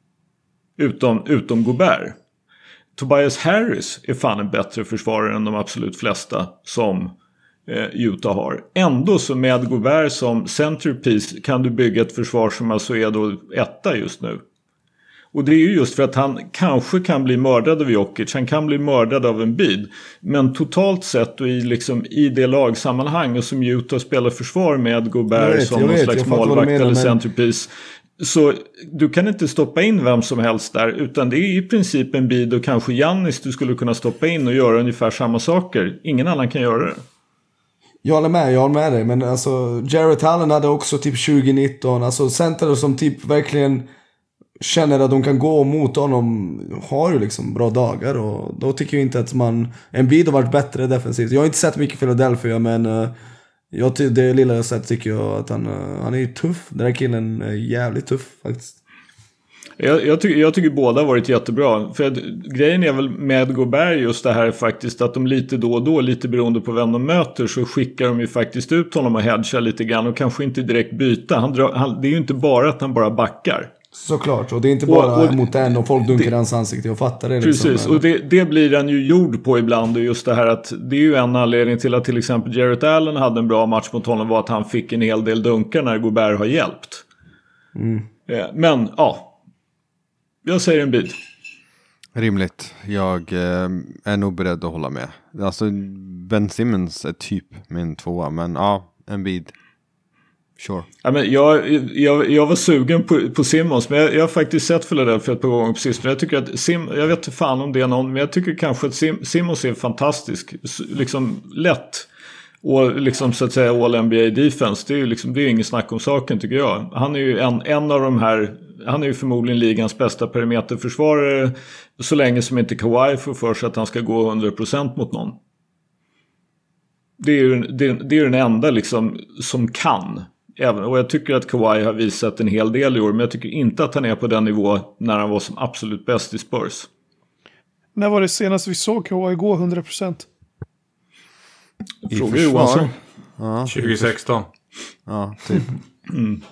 Utom, utom Gobert. Tobias Harris är fan en bättre försvarare än de absolut flesta som Utah har. Ändå så med Gobert som centerpiece kan du bygga ett försvar som alltså är då etta just nu. Och det är ju just för att han kanske kan bli mördad av Jokic, han kan bli mördad av Embiid. Men totalt sett och i, liksom, i det lagsammanhang och som Utah spelar försvar med Gobert vet, som någon vet, slags målvakt eller men... centerpiece. Så du kan inte stoppa in vem som helst där, utan det är i princip Embiid och kanske Giannis du skulle kunna stoppa in och göra ungefär samma saker. Ingen annan kan göra det. Jag håller med, jag håller med dig. Men alltså, Jarrett Allen hade också typ tjugonitton. Alltså centrar som typ verkligen känner att de kan gå mot honom har ju liksom bra dagar. Och då tycker jag inte att man... Embiid har varit bättre defensivt. Jag har inte sett mycket Philadelphia, men uh, jag ty- det lilla jag sett tycker jag att han, uh, han är tuff. Den här killen är jävligt tuff faktiskt. Jag, jag, tycker, jag tycker båda har varit jättebra. För att, grejen är väl med Gobert just det här faktiskt att de lite då och då, lite beroende på vem de möter, så skickar de ju faktiskt ut honom och hedgar lite grann och kanske inte direkt byta. Han drar, han, det är ju inte bara att han bara backar. Såklart, och det är inte bara och, och, mot en och folk dunkar det, hans ansikte. Jag fattar det. Precis, liksom, och det, det blir han ju gjord på ibland. Och just det här att det är ju en anledning till att till exempel Jarrett Allen hade en bra match mot honom var att han fick en hel del dunkar när Gobert har hjälpt. Mm. Men, ja. Jag säger en bit. Rimligt. Jag eh, är nog beredd att hålla med. Alltså Ben Simmons är typ min tvåa, men ja, en bit. Sure. Ja, men jag, jag, jag var sugen på, på Simmons, men jag, jag har faktiskt sett Philadelphia ett par gånger precis. Men jag tycker att Sim, jag vet inte fan om det är någon, men jag tycker kanske att Sim, Simmons är fantastisk. Liksom lätt. Och liksom så att säga all N B A defense. Det är ju liksom, det är ingen snack om saken tycker jag. Han är ju en, en av de här, han är ju förmodligen ligans bästa perimeterförsvarare så länge som inte Kawhi får för sig att han ska gå hundra procent mot någon. Det är ju det, det är den enda liksom som kan. Även, och jag tycker att Kawhi har visat en hel del i år, men jag tycker inte att han är på den nivå när han var som absolut bäst i Spurs. När var det senast vi såg Kawhi gå hundra procent? Fråga Johansson. Ja, tjugo sexton. Ja, typ. Mm.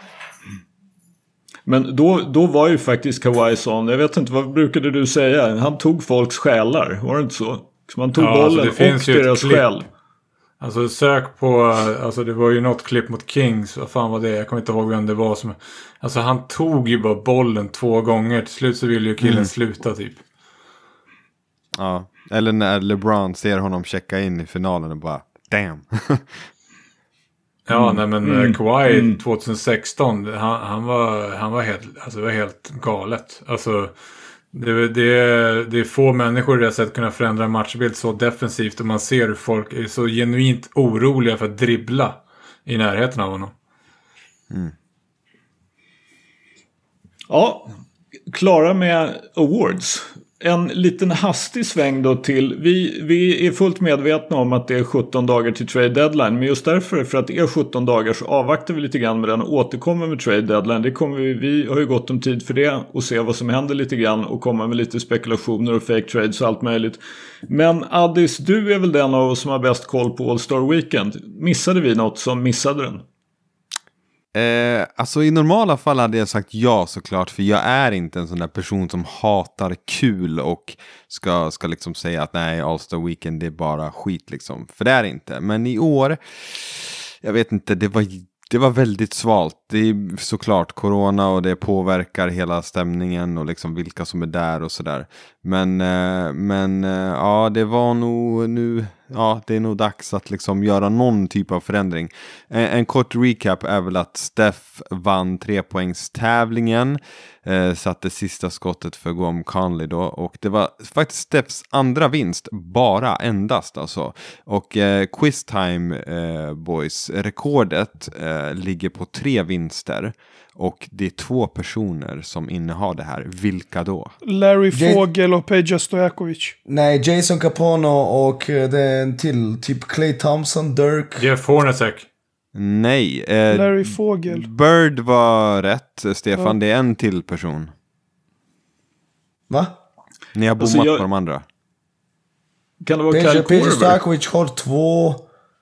Men då, då var ju faktiskt Kawhi sån, jag vet inte, vad brukade du säga? Han tog folks själar, var det inte så? Så man tog ja, bollen alltså och deras själ. Alltså sök på, alltså det var ju något klipp mot Kings, vad fan var det? Jag kommer inte ihåg vem det var som, alltså han tog ju bara bollen två gånger, till slut så ville ju killen mm. sluta typ. Ja, eller när LeBron ser honom checka in i finalen och bara, damn. Ja, nej men mm. Kawhi mm. tjugo sexton, han, han var han var helt, alltså det var helt galet. Alltså det, det, det är få människor i det sättet kunna förändra en matchbild så defensivt, och man ser hur folk är så genuint oroliga för att dribbla i närheten av honom. Mm. Ja, klara med awards. En liten hastig sväng då till. Vi, vi är fullt medvetna om att det är sjutton dagar till trade deadline. Men just därför, för att det är sjutton dagar, så avvaktar vi lite grann med den och återkommer med trade deadline. Det kommer vi, vi har ju gått om tid för det och se vad som händer lite grann och komma med lite spekulationer och fake trades och allt möjligt. Men Addis, du är väl den av oss som har bäst koll på All-Star Weekend. Missade vi något som missade den? Eh, alltså i normala fall hade jag sagt ja såklart, för jag är inte en sån där person som hatar kul och ska, ska liksom säga att nej, All-Star Weekend det är bara skit liksom, för det är det inte. Men i år, jag vet inte, det var, det var väldigt svalt. Det är såklart corona och det påverkar hela stämningen och liksom vilka som är där och sådär. Men, eh, men eh, ja, det var nog nu... Ja, det är nog dags att liksom göra någon typ av förändring. En, en kort recap är väl att Steph vann trepoängstävlingen. Eh, satte sista skottet för Guam Conley då. Och det var faktiskt Stephs andra vinst. Bara endast alltså. Och eh, Quiz Time eh, Boys rekordet eh, ligger på tre vinster. Och det är två personer som innehar det här. Vilka då? Larry J- Fogel och Peja Stojakovic. Nej, Jason Capone och eh, det är en till. Typ Klay Thompson, Dirk. Jeff Hornacek. Nej. Eh, Larry Fogel. Bird var rätt, Stefan. Ja. Det är en till person. Va? Ni har bommat Alltså, jag- på de andra. Kan det vara Peja Kyle Peja Korver? Stojakovic har två.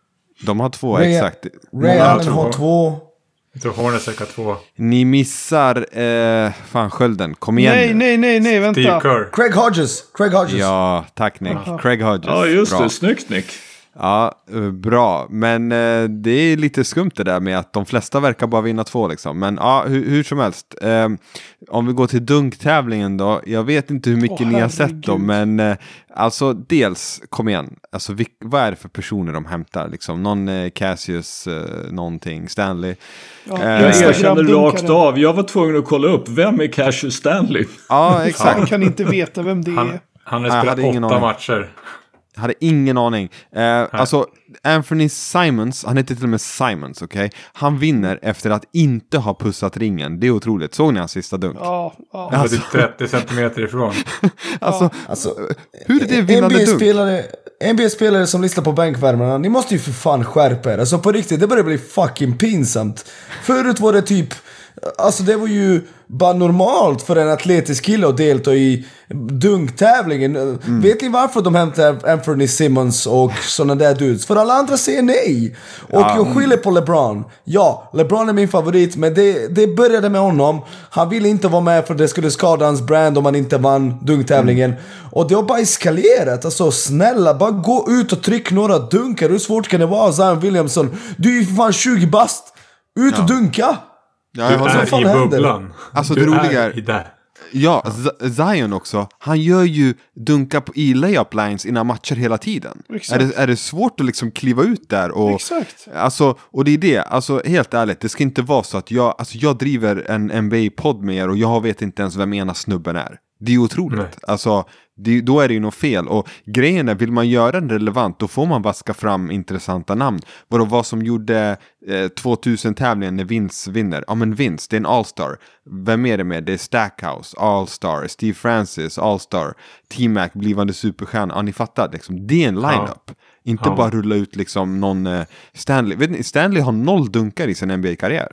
De har två, Ray- exakt. Ray Många Allen tror har jag. två. Jag tror Hornacek har två. Ni missar, eh, fan skölden, kom igen Nej, nu. nej, nej, nej, Steve vänta. Kerr. Craig Hodges. Craig Hodges. Ja, tack Nick. Aha. Craig Hodges. Ja, just Bra. det. Snyggt, Nick. Ja, eh, bra. Men eh, det är lite skumt det där med att de flesta verkar bara vinna två liksom. Men ja, hur, hur som helst. Eh, om vi går till dunktävlingen då. Jag vet inte hur mycket Åh, ni har sett herregud. dem. Men eh, alltså dels, kom igen. Alltså vil- vad är det för personer de hämtar? Liksom, någon eh, Cassius, eh, någonting, Stanley. Ja, Eh, Jag erkänner Instagram-dunkaren. rakt av. Jag var tvungen att kolla upp. Vem är Cassius Stanley? Ja, exakt. Han kan inte veta vem det Han, är. han har Jag spelat hade ingen åtta aning. matcher. Jag hade ingen aning. Eh, alltså, Anthony Simons, han heter till och med Simons, okej? Okay? Han vinner efter att inte ha pussat ringen. Det är otroligt. Såg ni hans sista dunk? Ja, ja. Han var typ trettio centimeter ifrån. Alltså, Alltså, hur är det vinnande dunk? N B A-spelare, N B A-spelare som lyssnar på bänkvärmarna, ni måste ju för fan skärpa er. Alltså på riktigt, det börjar bli fucking pinsamt. Förut var det typ, alltså det var ju bara normalt för en atletisk kille att delta i dunktävlingen. Mm. Vet ni varför de hämtar Anthony Simmons och sådana där dudes? För alla andra säger nej. Och Ja. jag skyller på LeBron. Ja, LeBron är min favorit, men det, det började med honom. Han ville inte vara med för det skulle skada hans brand om han inte vann dunktävlingen. Mm. Och det har bara eskalerat. Alltså snälla, bara gå ut och tryck några dunkar. Hur svårt kan det vara, Zion Williamson? Du är ju för fan tjugo bast. Ut och dunka! Ja, Du jag vad håller- är fan i händer? bubblan. Alltså, du det roliga är är- i där. Ja, Z- Zion också. Han gör ju dunkar på i layup lines innan matcher hela tiden. Exakt. Är det, är det svårt att liksom kliva ut där? Och, Exakt. Alltså, och det är det, alltså helt ärligt, det ska inte vara så att jag, alltså, jag driver en N B A-podd med er och jag vet inte ens vem ena snubben är. Det är ju otroligt. Nej. Alltså, det, då är det ju något fel. Och grejen är, vill man göra den relevant, då får man vaska fram intressanta namn. Vadå, vad som gjorde eh, tvåtusen-tävlingen när Vince vinner? Ja, men Vince, det är en all-star. Vem är det med? Det är Stackhouse, all-star. Steve Francis, all-star. T-Mac, blivande superstjärna. Ja, ni fattar, liksom. Det är en lineup. Inte Ja. bara rulla ut liksom någon eh, Stanley. Vet ni, Stanley har noll dunkar i sin N B A-karriär.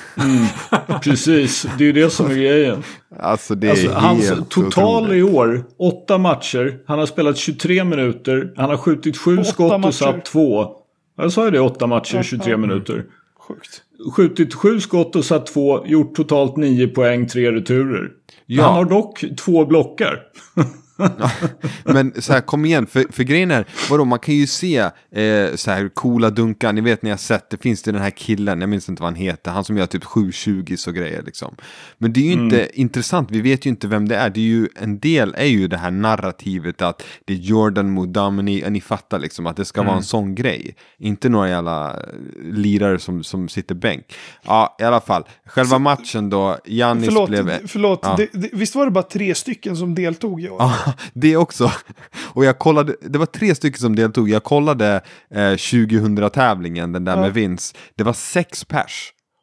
Precis, det är ju det som är grejen. Alltså det är Alltså, hans helt total otroligt. i år, åtta matcher. Han har spelat tjugotre minuter. Han har skjutit sju Åtta skott matcher. och satt två. Jag sa ju det, åtta matcher, tjugotre Ja. minuter. Sjukt. Skjutit sju skott och satt två. Gjort totalt nio poäng, tre returer. Ja. Han har dock två blockar. Men så här, kom igen, för, för grejen är, vadå, man kan ju se eh, så här coola dunkar, ni vet ni har sett, det finns det den här killen, jag minns inte vad han heter, han som gör typ sju tjugo så grejer liksom. Men det är ju inte intressant, vi vet ju inte vem det är, det är ju, en del är ju det här narrativet att det är Jordan mot Dominic, ni fattar liksom att det ska vara en sån grej, inte några jävla lirare som, som sitter bänk. Ja, i alla fall, själva matchen då, Giannis Förlåt, blev... förlåt. Ja. Det, det, visst var det bara tre stycken som deltog i år? Ja, det också. Och jag kollade, det var tre stycken som deltog. Jag kollade eh, tjugohundra-tävlingen, den där Ja. med Vince. Det var sex pers.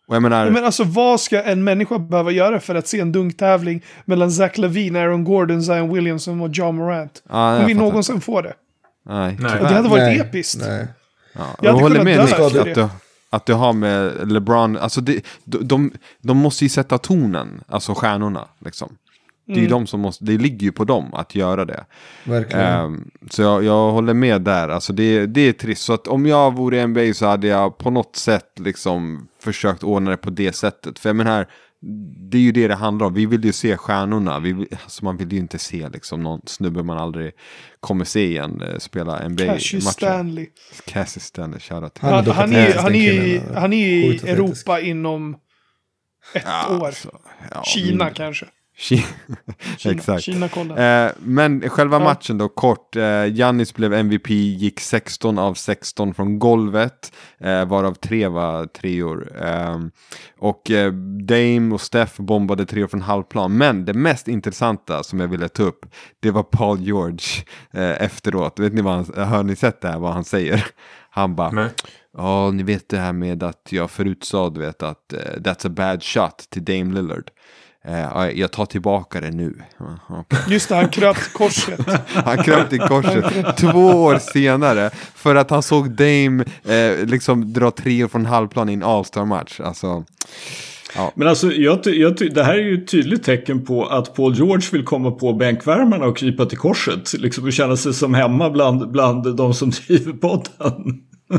Och jag menar... Men alltså vad ska en människa behöva göra för att se en dunktävling mellan Zach LaVine, Aaron Gordon, Zion Williamson och John Morant? Ja, Kommer vi någonsin få det? Nej, Nej. Och det hade varit Nej, episkt. nej. Ja, Jag jag hade håller kunnat med dö Nick efter att det. du, att du har med LeBron, alltså det, de, de, de måste ju sätta tonen, alltså stjärnorna liksom. Det är ju Mm. de som måste, det ligger ju på dem att göra det. Verkligen. Um, så jag, jag håller med där, alltså det, det är trist. Så att om jag vore i N B A så hade jag på något sätt liksom försökt ordna det på det sättet. För jag menar, det är ju det det handlar om. Vi vill ju se stjärnorna. Vi vill, alltså man vill ju inte se liksom någon snubbe man aldrig kommer se igen eh, spela N B A-matcher. Cassius Stanley. Cassius Stanley, shoutout. Han är Han, dock han, är, atletisk, han, den är, killen. han är i Sjukt atletisk. Europa inom ett Ja, år. alltså, ja, Kina min- kanske. Kina. Kina, Exakt. Kina kollar. Eh, men själva Ja. matchen då, kort. Eh, Giannis blev M V P, gick sexton av sexton från golvet. Eh, varav tre var treor. Eh, och eh, Dame och Steph bombade treor från halvplan. Men det mest intressanta som jag ville ta upp, det var Paul George eh, efteråt. Vet ni vad han, har ni sett det här, vad han säger? Han bara... Nej. Ja, ni vet det här med att jag förut sa, du vet, att uh, that's a bad shot till Dame Lillard. Uh, jag tar tillbaka det nu. Uh, okay. Just det, han kröp till korset. Han kröp i korset två år senare för att han såg Dame uh, liksom dra tre från halvplan i en All-Star-match. Alltså... Ja. Men alltså, jag, ty- jag ty- det här är ju ett tydligt tecken på att Paul George vill komma på bänkvärmarna och krypa till korset. Liksom, och känna sig som hemma bland, bland de som driver podden.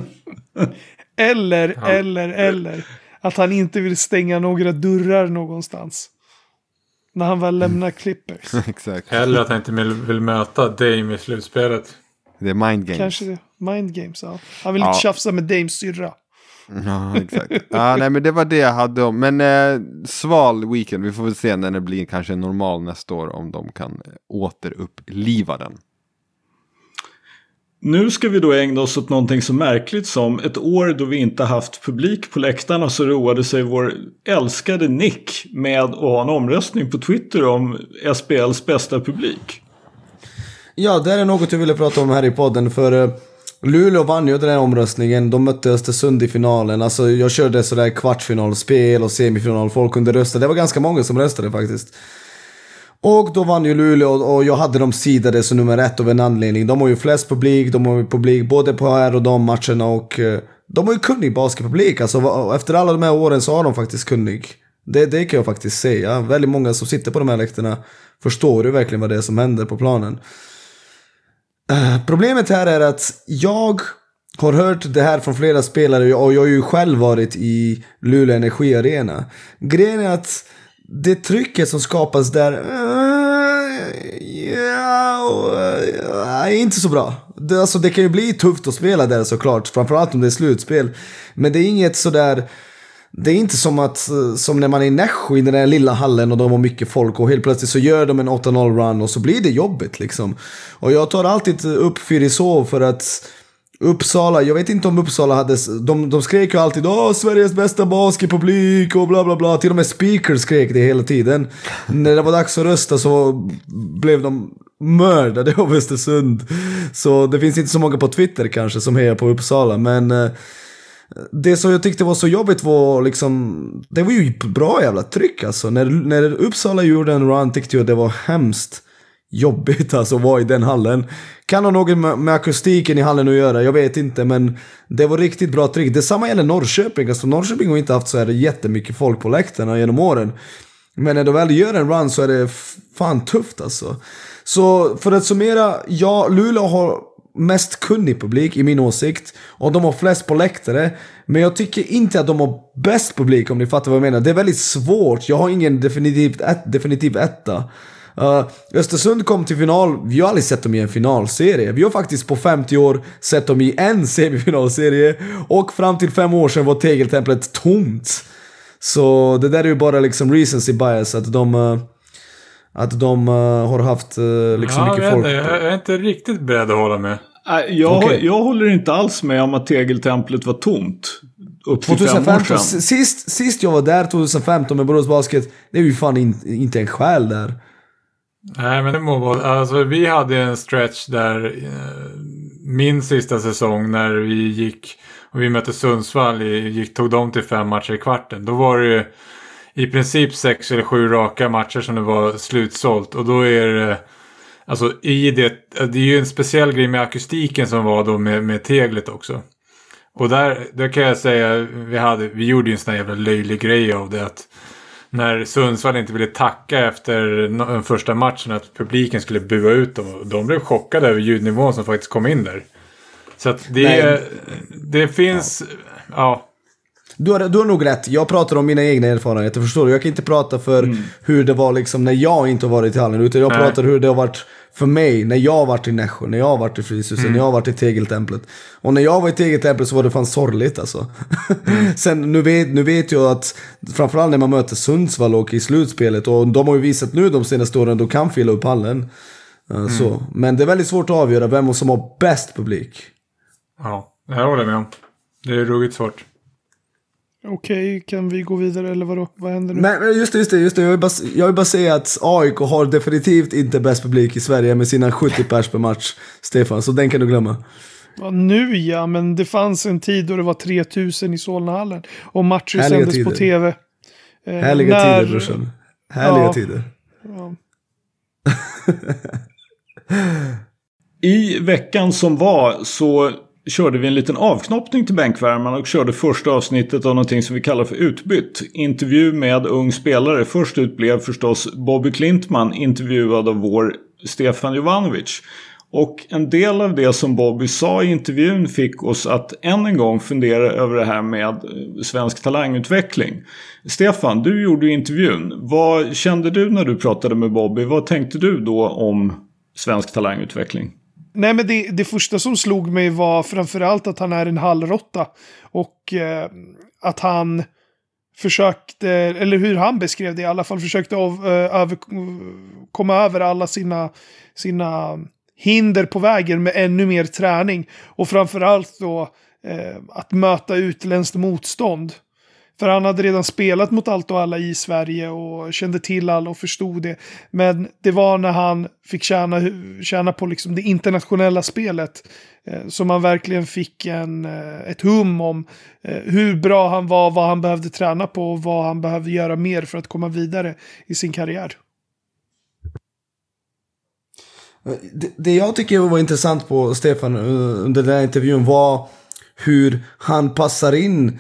Eller, eller, eller. Att han inte vill stänga några dörrar någonstans. När han väl lämnar Clippers. Exakt. Eller att han inte vill, vill möta Dame i slutspelet. Det är mind games. Kanske det. Mind games, ja. Han vill Ja. inte tjafsa med Dames syrra. Ja, exakt. Ja, nej, men det var det jag hade om. Men eh, sval weekend. Vi får väl se när det blir kanske normal nästa år. Om de kan eh, återuppliva den. Nu ska vi då ägna oss åt någonting så märkligt som ett år då vi inte haft publik på läktarna, så roade sig vår älskade Nick med att ha en omröstning på Twitter om S B L:s bästa publik. Ja, det är något jag ville prata om här i podden. För uh, Luleå vann ju den här omröstningen. De mötte Östersund i finalen. Alltså jag körde sådär kvartsfinalspel och semifinal. Folk kunde rösta. Det var ganska många som röstade faktiskt. Och då vann ju Luleå och jag hade dem sidade som nummer ett av en anledning. De har ju flest publik, de har ju publik både på här och de matcherna och uh, de har ju kunnig basketpublik. Alltså efter alla de här åren så har de faktiskt kunnig. Det, det kan jag faktiskt säga. Väldigt många som sitter på de här läktarna förstår ju verkligen vad det är som händer på planen. Uh, problemet här är att jag har hört det här från flera spelare och jag har ju själv varit i Luleå Energi Arena. Grejen är att det trycket som skapas där uh, ja, uh, är inte så bra. Det, alltså, det kan ju bli tufft att spela där såklart, framförallt om det är slutspel. Men det är inget sådär... Det är inte som att som när man är i Nässjö i den där lilla hallen och de har mycket folk och helt plötsligt så gör de en åtta noll run och så blir det jobbigt liksom. Och jag tar alltid upp Fyrisov för att Uppsala, jag vet inte om Uppsala hade, de, de skrek ju alltid åh, Sveriges bästa basketpublik och bla bla bla, till och med speakers skrek det hela tiden. När det var dags att rösta så blev de mördade av Östersund. Så det finns inte så många på Twitter kanske som hejar på Uppsala, men det som jag tyckte var så jobbigt var liksom, det var ju bra jävla tryck alltså. När, när Uppsala gjorde en run tyckte jag det var hemskt jobbigt alltså att vara i den hallen. Kan ha något med, med akustiken i hallen att göra, jag vet inte, men det var riktigt bra tryck. Detsamma gäller Norrköping, alltså Norrköping har inte haft så här jättemycket folk på läktarna genom åren. Men när de väl gör en run så är det fan tufft alltså. Så för att summera, ja, Luleå har mest kunnig publik i min åsikt och de har flest på läktare, men jag tycker inte att de har bäst publik, om ni fattar vad jag menar. Det är väldigt svårt, jag har ingen definitivt ett, definitiv etta. uh, Östersund kom till final, vi har aldrig sett dem i en finalserie. Vi har faktiskt på femtio år sett dem i en semifinalserie och fram till fem år sedan var tegeltemplet tomt. Så det där är ju bara liksom recency bias, att de uh, att de uh, har haft uh, liksom ja, mycket jag folk. Jag är inte riktigt beredd att hålla med. Nej, Jag, Okej. jag håller inte alls med om att tegeltemplet var tomt. Upp till fem år tjugohundrafemton, sedan. sist, sist jag var där tjugohundrafemton med Borås Basket, det är ju fan in, inte en själ där. Nej, men det må vara. Alltså, vi hade en stretch där eh, min sista säsong när vi gick och vi mötte Sundsvall i, gick, tog dem till fem matcher i kvarten. Då var det ju i princip sex eller sju raka matcher som det var slutsålt. Och då är det, alltså i det, det är ju en speciell grej med akustiken som var då med, med teglet också. Och där, där kan jag säga, vi, hade, vi gjorde ju en sån här jävla löjlig grej av det, att när Sundsvall inte ville tacka efter den första matchen att publiken skulle bua ut dem. De blev chockade över ljudnivån som faktiskt kom in där. Så att det, det finns, ja. ja. Du har, du har nog rätt. Jag pratar om mina egna erfarenheter, förstår du? Jag kan inte prata för mm. hur det var liksom när jag inte har varit i hallen, utan jag Nej. pratar hur det har varit för mig när jag har varit i Nässjö, när jag har varit i Fryshuset, mm. när jag har varit i Tegeltemplet. Och när jag var i Tegeltemplet så var det fan sorgligt alltså. Mm. Sen nu vet, nu vet jag att framförallt när man möter Sundsvall och i slutspelet, och de har ju visat nu de senaste åren att de kan fylla upp hallen. Mm. Så. Men det är väldigt svårt att avgöra vem som har bäst publik. Ja, jag håller med om. Det är ruggigt svårt. Okej, kan vi gå vidare eller vadå? Vad händer nu? Men just det, just det, just det. Jag vill bara, jag vill bara säga att A I K har definitivt inte bäst publik i Sverige med sina sjuttio pers per match, Stefan. Så den kan du glömma. Ja, nu ja, men det fanns en tid då det var tre tusen i Solnahallen. Och matcher Härliga sändes tider. på tv. Eh, Härliga när... tider, brorsan. Härliga ja. tider. Ja. I veckan som var så körde vi en liten avknoppning till bänkvärmarna och körde första avsnittet av någonting som vi kallar för utbytt. Intervju med ung spelare. Först ut blev förstås Bobby Klintman, intervjuad av vår Stefan Jovanovic. Och en del av det som Bobby sa i intervjun fick oss att än en gång fundera över det här med svensk talangutveckling. Stefan, du gjorde intervjun. Vad kände du när du pratade med Bobby? Vad tänkte du då om svensk talangutveckling? Nej, men det, det första som slog mig var framförallt att han är en hallrotta. Och eh, att han försökte, eller hur han beskrev det i alla fall, försökte av, eh, över, komma över alla sina, sina hinder på vägen med ännu mer träning. Och framförallt då eh, att möta utländskt motstånd. För han hade redan spelat mot allt och alla i Sverige och kände till alla och förstod det. Men det var när han fick tjäna, tjäna på liksom det internationella spelet eh, som han verkligen fick en, eh, ett hum om eh, hur bra han var, vad han behövde träna på och vad han behövde göra mer för att komma vidare i sin karriär. Det, det jag tycker var intressant på Stefan under den här intervjun var hur han passar in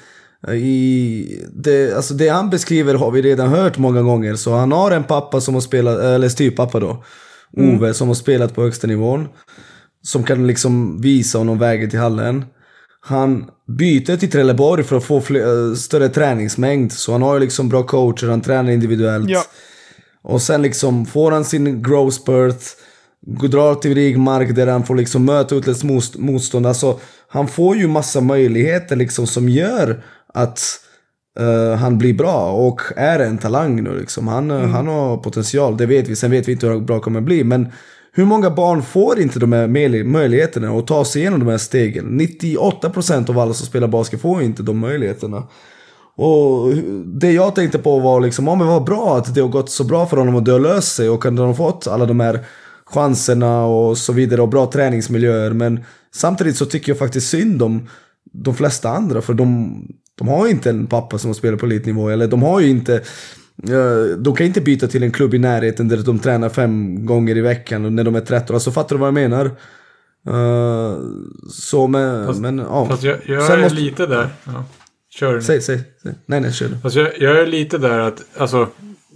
i det, alltså det han beskriver har vi redan hört många gånger. Så han har en pappa som har spelat, eller styrpappa då, Ove, mm. som har spelat på högsta nivån, som kan liksom visa honom vägen till hallen. Han byter till Trelleborg för att få fler, större träningsmängd. Så han har ju liksom bra coacher, han tränar individuellt. Ja. Och sen liksom får han sin growth spurt, drar till Rigmark där han får liksom möta utländskt motstånd. Alltså han får ju massa möjligheter liksom som gör att uh, han blir bra och är en talang nu liksom. Han, mm. han har potential, det vet vi. Sen vet vi inte hur bra kommer bli. Men hur många barn får inte de här möjligheterna att ta sig igenom de här stegen? nittioåtta procent av alla som spelar basket får inte de möjligheterna. Och det jag tänkte på var liksom, om det var bra att det har gått så bra för honom och det har löst sig och att de har fått alla de här chanserna och så vidare och bra träningsmiljöer. Men samtidigt så tycker jag faktiskt synd om de flesta andra, för de, de har ju inte en pappa som spelar på elitnivå, eller de har ju inte, de kan inte byta till en klubb i närheten där de tränar fem gånger i veckan när de är tretton. Alltså fattar du vad jag menar? Uh, så men, fast, men ja. Fast jag, jag är måste... lite där. Ja. Kör. Säg, säg, säg. Nej, nej, kör. Fast jag, jag är lite där att, alltså,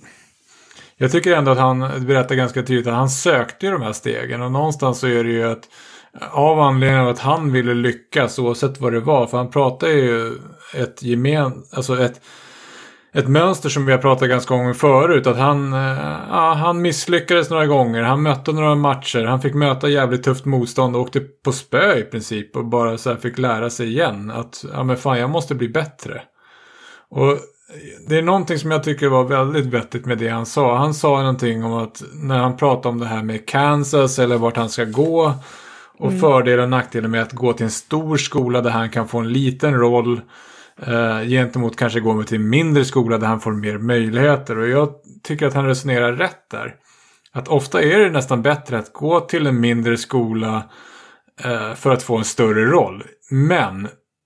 jag tycker ändå att han berättar ganska tydligt att han sökte ju de här stegen. Och någonstans så är det ju att av anledningen av att han ville lyckas oavsett vad det var. För han pratar ju ett gemen, alltså ett, ett mönster som vi har pratat ganska gånger förut. Att han, ja, han misslyckades några gånger. Han mötte några matcher. Han fick möta jävligt tufft motstånd och åkte på spö i princip. Och bara så här fick lära sig igen. Att ja men fan, jag måste bli bättre. Och det är någonting som jag tycker var väldigt vettigt med det han sa. Han sa någonting om att när han pratade om det här med Kansas eller vart han ska gå. Och mm. fördelen och nackdelen med att gå till en stor skola där han kan få en liten roll. Eh, gentemot kanske gå till en mindre skola där han får mer möjligheter. Och jag tycker att han resonerar rätt där. Att ofta är det nästan bättre att gå till en mindre skola eh, för att få en större roll. Men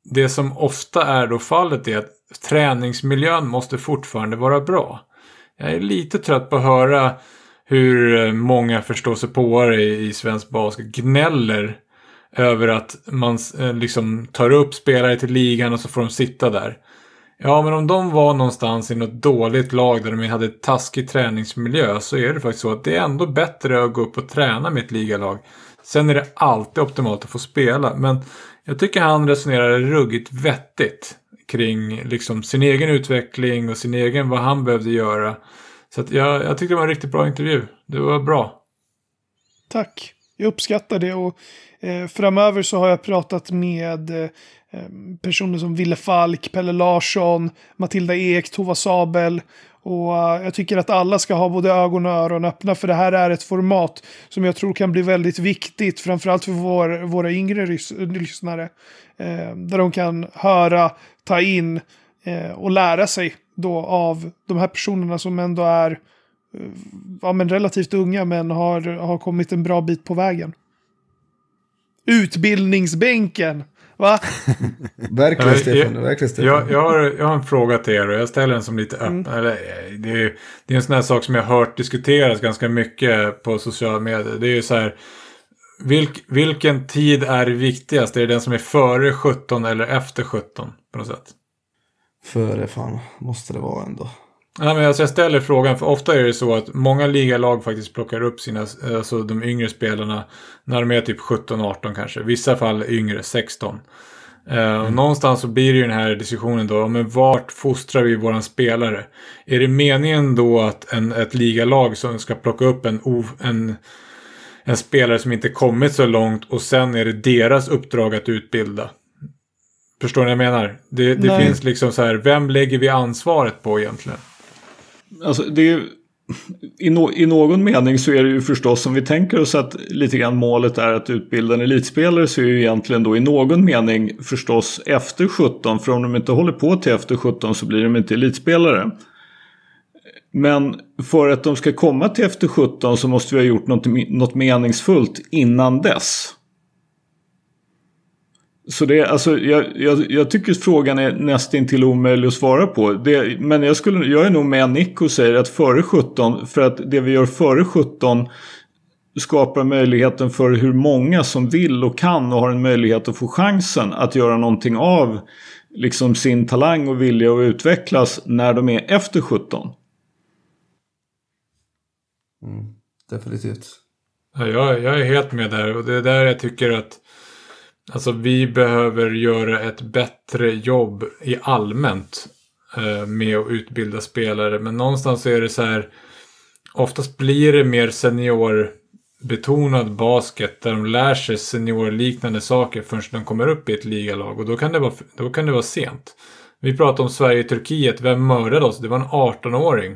det som ofta är då fallet är att träningsmiljön måste fortfarande vara bra. Jag är lite trött på att höra hur många förståsigpåare i, i svensk basket gnäller över att man eh, liksom tar upp spelare till ligan och så får de sitta där. Ja, men om de var någonstans i något dåligt lag där de hade ett taskig träningsmiljö, så är det faktiskt så att det är ändå bättre att gå upp och träna med ett ligalag. Sen är det alltid optimalt att få spela, men jag tycker han resonerar ruggigt vettigt kring liksom sin egen utveckling och sin egen, vad han behövde göra. Så att jag, jag tyckte det var en riktigt bra intervju. Det var bra. Tack. Jag uppskattar det, och eh, framöver så har jag pratat med eh, personer som Ville Falk, Pelle Larsson, Matilda Ek, Tova Sabel, och uh, jag tycker att alla ska ha både ögon och öron öppna, för det här är ett format som jag tror kan bli väldigt viktigt, framförallt för vår, våra yngre rys- lyssnare, eh, där de kan höra, ta in eh, och lära sig då av de här personerna som ändå är eh, ja, men relativt unga, men har, har kommit en bra bit på vägen. Utbildningsbänken, va? Verkligen, Stefan. Verkligen, Stefan. Jag, jag, har, jag har en fråga till er, och jag ställer den som lite öppen. Mm. Eller, det, är, det är en sån här sak som jag har hört diskuteras ganska mycket på sociala medier. Det är ju så här, vilk, vilken tid är viktigast? Är det den som är före sjutton eller efter sjutton på något sätt? Före fan, måste det vara ändå. Ja, men alltså jag ställer frågan, för ofta är det så att många ligalag faktiskt plockar upp sina, alltså de yngre spelarna när de är typ sjutton arton kanske. I vissa fall yngre, sexton. Mm. Uh, och någonstans så blir det ju den här diskussionen då, men vart fostrar vi våran spelare? Är det meningen då att en, ett ligalag som ska plocka upp en, en, en spelare som inte kommit så långt, och sen är det deras uppdrag att utbilda? Förstår ni vad jag menar? Det, det finns liksom så här, vem lägger vi ansvaret på egentligen? Alltså det är ju, i, no, i någon mening så är det ju förstås, om vi tänker oss att lite grann målet är att utbilda en elitspelare, så är ju egentligen då i någon mening förstås efter sjutton, för om de inte håller på till efter sjutton så blir de inte elitspelare. Men för att de ska komma till efter sjutton så måste vi ha gjort något, något meningsfullt innan dess. Så det, alltså, jag, jag, jag tycker frågan är nästintill omöjlig att svara på. Det, men jag, skulle, jag är nog med Nick och säger att före sjutton, för att det vi gör före sjutton skapar möjligheten för hur många som vill och kan och har en möjlighet att få chansen att göra någonting av liksom sin talang och vilja att utvecklas när de är efter sjutton. Mm, definitivt. Ja, jag, jag är helt med där, och det är där jag tycker att alltså vi behöver göra ett bättre jobb i allmänt eh, med att utbilda spelare. Men någonstans är det så här, oftast blir det mer seniorbetonad basket där de lär sig seniorliknande saker förrän de kommer upp i ett ligalag. Och då kan det vara, då kan det vara sent. Vi pratar om Sverige-Turkiet, vem mördade oss? Det var en arton-åring.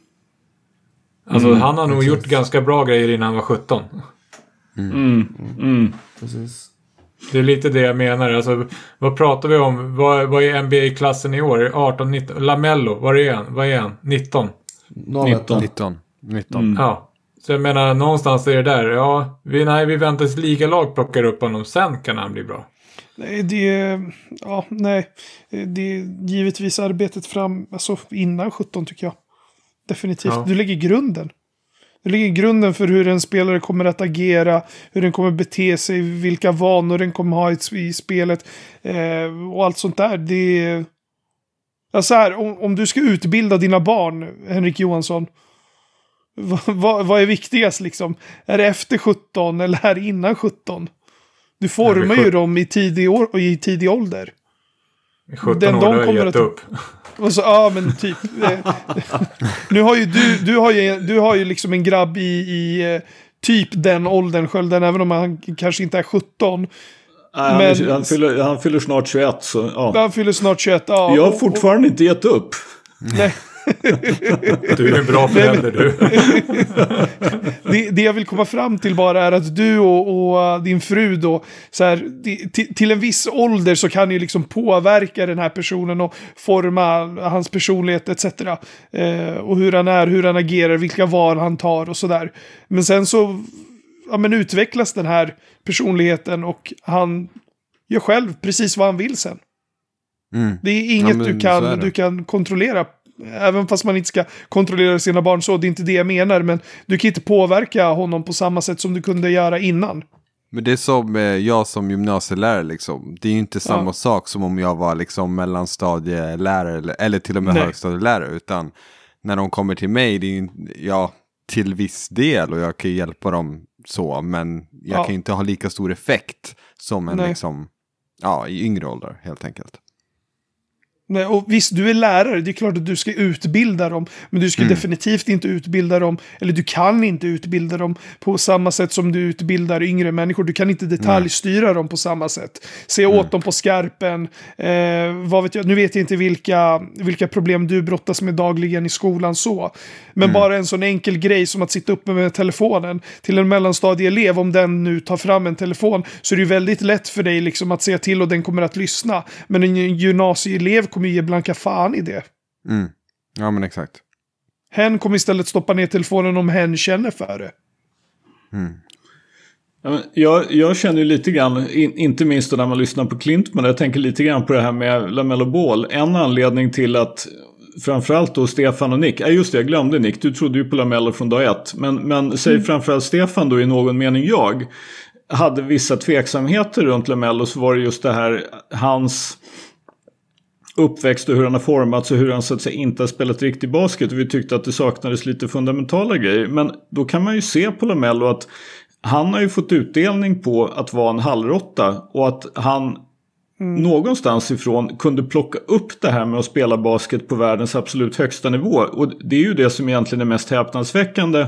Alltså mm, han har nog gjort ganska bra grejer innan han var sjutton. Mm. Mm. Mm. Precis. Det är lite det jag menar. Alltså, vad pratar vi om? Vad, vad är N B A-klassen i år? arton, nitton? Lamello, vad är han? Vad är han? nitton? nitton. nitton. nitton. Mm. Ja. Så jag menar, någonstans är det där. Ja, vi, nej, vi väntar tills ligalag plockar upp honom. Sen kan han bli bra. Nej, det är... Ja, nej. Det är givetvis arbetet fram... Alltså innan sjutton tycker jag. Definitivt. Ja. Du lägger grunden. Det ligger grunden för hur en spelare kommer att agera, hur den kommer bete sig, vilka vanor den kommer ha i, i spelet eh, och allt sånt där. Det är... Ja, så här, om, om du ska utbilda dina barn, Henrik Johansson, vad, vad, vad är viktigast liksom? Är det efter sjutton eller är det innan sjutton? Du formar ju dem i tidig, år, och i tidig ålder. sjutton den, år de kommer gett att... upp. Och så, ja men typ. Nu har ju du, du har ju, du har ju liksom en grabb i, i typ den åldern, Skölden, även om han kanske inte är sjutton. Nej, men, han, han, fyller, han fyller snart tjugoett. Så, ja. Han fyller snart tjugoett, ja. Jag har fortfarande och, inte gett upp. Nej. Du är en bra förälder, du. det, det jag vill komma fram till bara är att du och, och din fru då, så här, till, till en viss ålder så kan ju liksom påverka den här personen och forma hans personlighet et cetera. Eh, och hur han är, hur han agerar, vilka val han tar och sådär. Men sen så ja, men utvecklas den här personligheten och han gör själv precis vad han vill sen. Mm. Det är inget Ja, du, kan, du kan kontrollera. Även fast man inte ska kontrollera sina barn så. Det är inte det jag menar. Men du kan inte påverka honom på samma sätt som du kunde göra innan. Men det är som eh, jag som gymnasielärare liksom. Det är ju inte samma Ja. sak som om jag var liksom mellanstadielärare eller, eller till och med Nej. högstadielärare. Utan när de kommer till mig, det är ju, ja, till viss del och jag kan ju hjälpa dem så. Men jag Ja. kan inte ha lika stor effekt som en Nej. liksom, ja, i yngre åldrar helt enkelt. Nej, och visst, du är lärare. Det är klart att du ska utbilda dem. Men du ska Mm. definitivt inte utbilda dem. Eller du kan inte utbilda dem på samma sätt som du utbildar yngre människor. Du kan inte detaljstyra dem på samma sätt. Se åt Mm. dem på skarpen. Eh, vad vet jag? Nu vet jag inte vilka, vilka problem du brottas med dagligen i skolan så. Men Mm. bara en sån enkel grej som att sitta uppe med telefonen. Till en mellanstadieelev, om den nu tar fram en telefon, så är det ju väldigt lätt för dig liksom att säga till och den kommer att lyssna. Men en gymnasieelev kommer ge blanka fan i det. Mm. Ja, men exakt. Hen kommer istället stoppa ner telefonen om hen känner för det. Mm. Ja, men jag, jag känner ju lite grann, in, inte minst då när man lyssnar på Klint, men jag tänker lite grann på det här med LaMelo Ball. En anledning till att framförallt då Stefan och Nick, ja just det, jag glömde Nick, du trodde ju på LaMelo från dag ett. Men, men säg framförallt Stefan då, i någon mening jag, hade vissa tveksamheter runt LaMelo, så var det just det här, hans uppväxt och hur han har formats och hur han så att säga inte har spelat riktig basket, och vi tyckte att det saknades lite fundamentala grejer. Men då kan man ju se på LaMelo att han har ju fått utdelning på att vara en halvrotta, och att han mm. någonstans ifrån kunde plocka upp det här med att spela basket på världens absolut högsta nivå. Och det är ju det som egentligen är mest häpnadsväckande.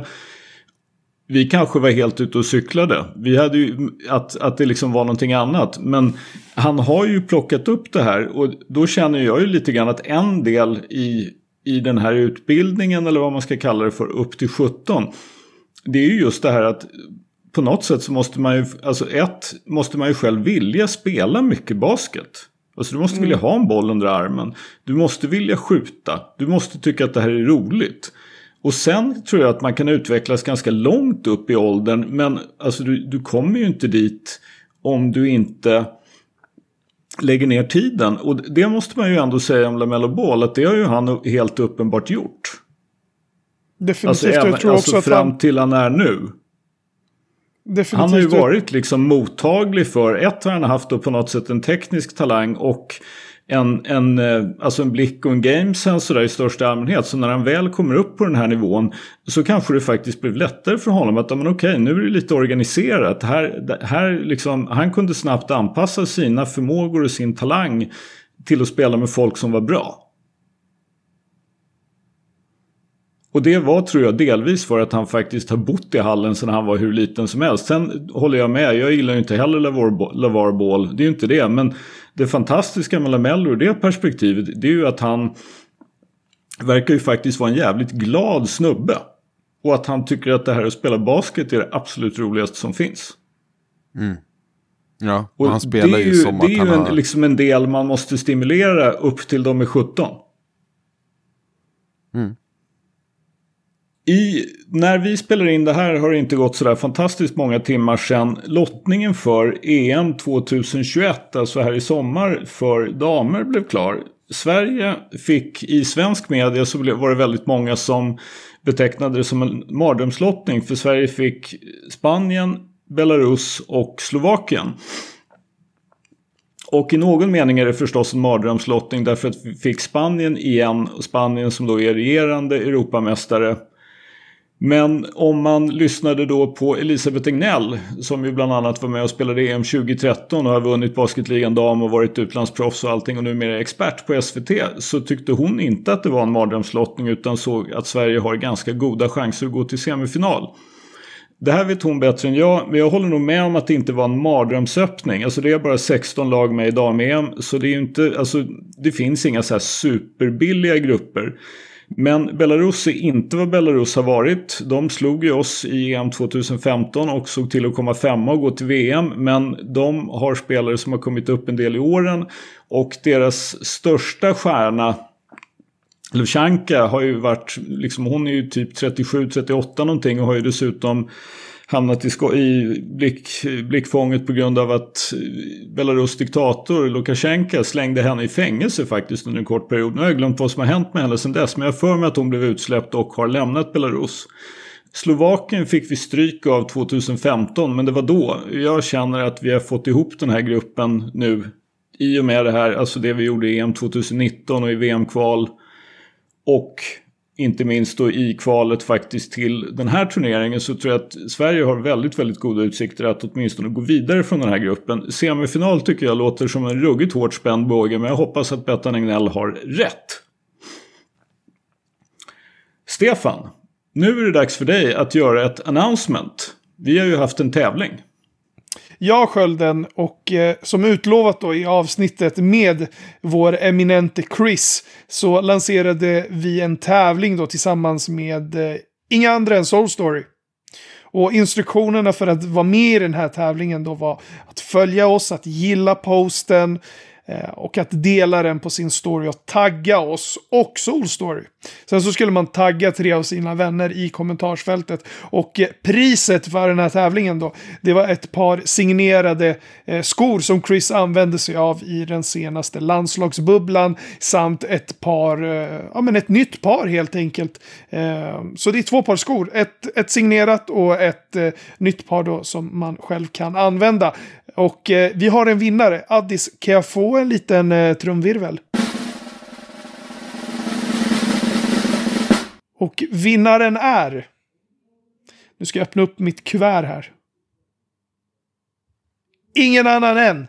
Vi kanske var helt ute och cyklade. Vi hade ju att, att det liksom var någonting annat. Men han har ju plockat upp det här. Och då känner jag ju lite grann att en del i, i den här utbildningen, eller vad man ska kalla det för, upp till sjutton. Det är ju just det här att på något sätt så måste man ju, alltså ett, måste man ju själv vilja spela mycket basket. Alltså du måste mm. vilja ha en boll under armen. Du måste vilja skjuta. Du måste tycka att det här är roligt. Och sen tror jag att man kan utvecklas ganska långt upp i åldern. Men alltså du, du kommer ju inte dit om du inte lägger ner tiden. Och det måste man ju ändå säga om LaMelo Ball, att det har ju han helt uppenbart gjort. Definitivt. Alltså, även, jag tror alltså också att fram han... till han är nu. Definitivt. Han har ju varit liksom mottaglig för, ett har han haft då på något sätt en teknisk talang och en, en, alltså en blick och en gamesens sådär i största allmänhet. Så när han väl kommer upp på den här nivån så kanske det faktiskt blir lättare för honom att, men okej, nu är det lite organiserat. Här, här liksom, han kunde snabbt anpassa sina förmågor och sin talang till att spela med folk som var bra. Och det var, tror jag, delvis för att han faktiskt har bott i hallen sedan han var hur liten som helst. Sen håller jag med, jag gillar ju inte heller LaVar Ball, det är ju inte det. Men det fantastiska med LaMelo ur det perspektivet, det är ju att han verkar ju faktiskt vara en jävligt glad snubbe. Och att han tycker att det här att spela basket är det absolut roligaste som finns. Mm. Ja, och, och han spelar ju, ju som det att är han ju en, har... liksom en del man måste stimulera upp till de är sjutton. Mm. I, när vi spelar in det här har det inte gått så där fantastiskt många timmar sedan lottningen för E M tjugohundratjugoett, alltså här i sommar, för damer blev klar. Sverige fick, i svensk media så blev, var det väldigt många som betecknade det som en mardrömslottning, för Sverige fick Spanien, Belarus och Slovakien. Och i någon mening är det förstås en mardrömslottning, därför att vi fick Spanien igen, och Spanien som då är regerande Europamästare. Men om man lyssnade då på Elisabeth Egnell, som ju bland annat var med och spelade E M tjugohundratretton och har vunnit basketligan dam och varit utlandsproffs och allting och numera är expert på S V T, så tyckte hon inte att det var en mardrömslottning, utan såg att Sverige har ganska goda chanser att gå till semifinal. Det här vet hon bättre än jag, men jag håller nog med om att det inte var en mardrömsöppning. Alltså det är bara sexton lag med i dam-E M, så det är ju inte, alltså det finns inga så här superbilliga grupper. Men Belarus är inte vad Belarus har varit. De slog ju oss i E M tjugohundrafemton och såg till att komma femma och gå till V M. Men de har spelare som har kommit upp en del i åren. Och deras största stjärna, Levchanka, har ju varit, liksom, hon är ju typ trettiosju trettioåtta någonting och har ju dessutom hamnat i, sko- i blick, blickfånget på grund av att Belarus diktator Lukasjenko slängde henne i fängelse faktiskt under en kort period. Nu har jag glömt vad som har hänt med henne sedan dess, men jag för mig att hon blev utsläppt och har lämnat Belarus. Slovakien fick vi stryk av tjugohundrafemton, men det var då. Jag känner att vi har fått ihop den här gruppen nu i och med det här, alltså det vi gjorde i E M tjugonitton och i V M-kval och inte minst då i kvalet faktiskt till den här turneringen, så tror jag att Sverige har väldigt, väldigt goda utsikter att åtminstone gå vidare från den här gruppen. Semifinal tycker jag låter som en ruggigt hårt spänd båge, men jag hoppas att Bettan Egnell har rätt. Stefan, nu är det dags för dig att göra ett announcement. Vi har ju haft en tävling. Jag Skölden, och eh, som utlovat då i avsnittet med vår eminente Chris, så lanserade vi en tävling då tillsammans med eh, inga andra än Soul Story. Och instruktionerna för att vara med i den här tävlingen då var att följa oss, att gilla posten eh, och att dela den på sin story och tagga oss och Soul Story. Sen så skulle man tagga tre av sina vänner i kommentarsfältet. Och eh, priset för den här tävlingen då, det var ett par signerade eh, skor som Chris använde sig av i den senaste landslagsbubblan, samt ett par, eh, ja men ett nytt par helt enkelt. Eh, så det är två par skor, ett, ett signerat och ett eh, nytt par då som man själv kan använda. Och eh, vi har en vinnare. Addis, kan jag få en liten eh, trumvirvel? Och vinnaren är... Nu ska jag öppna upp mitt kuvert här. Ingen annan än...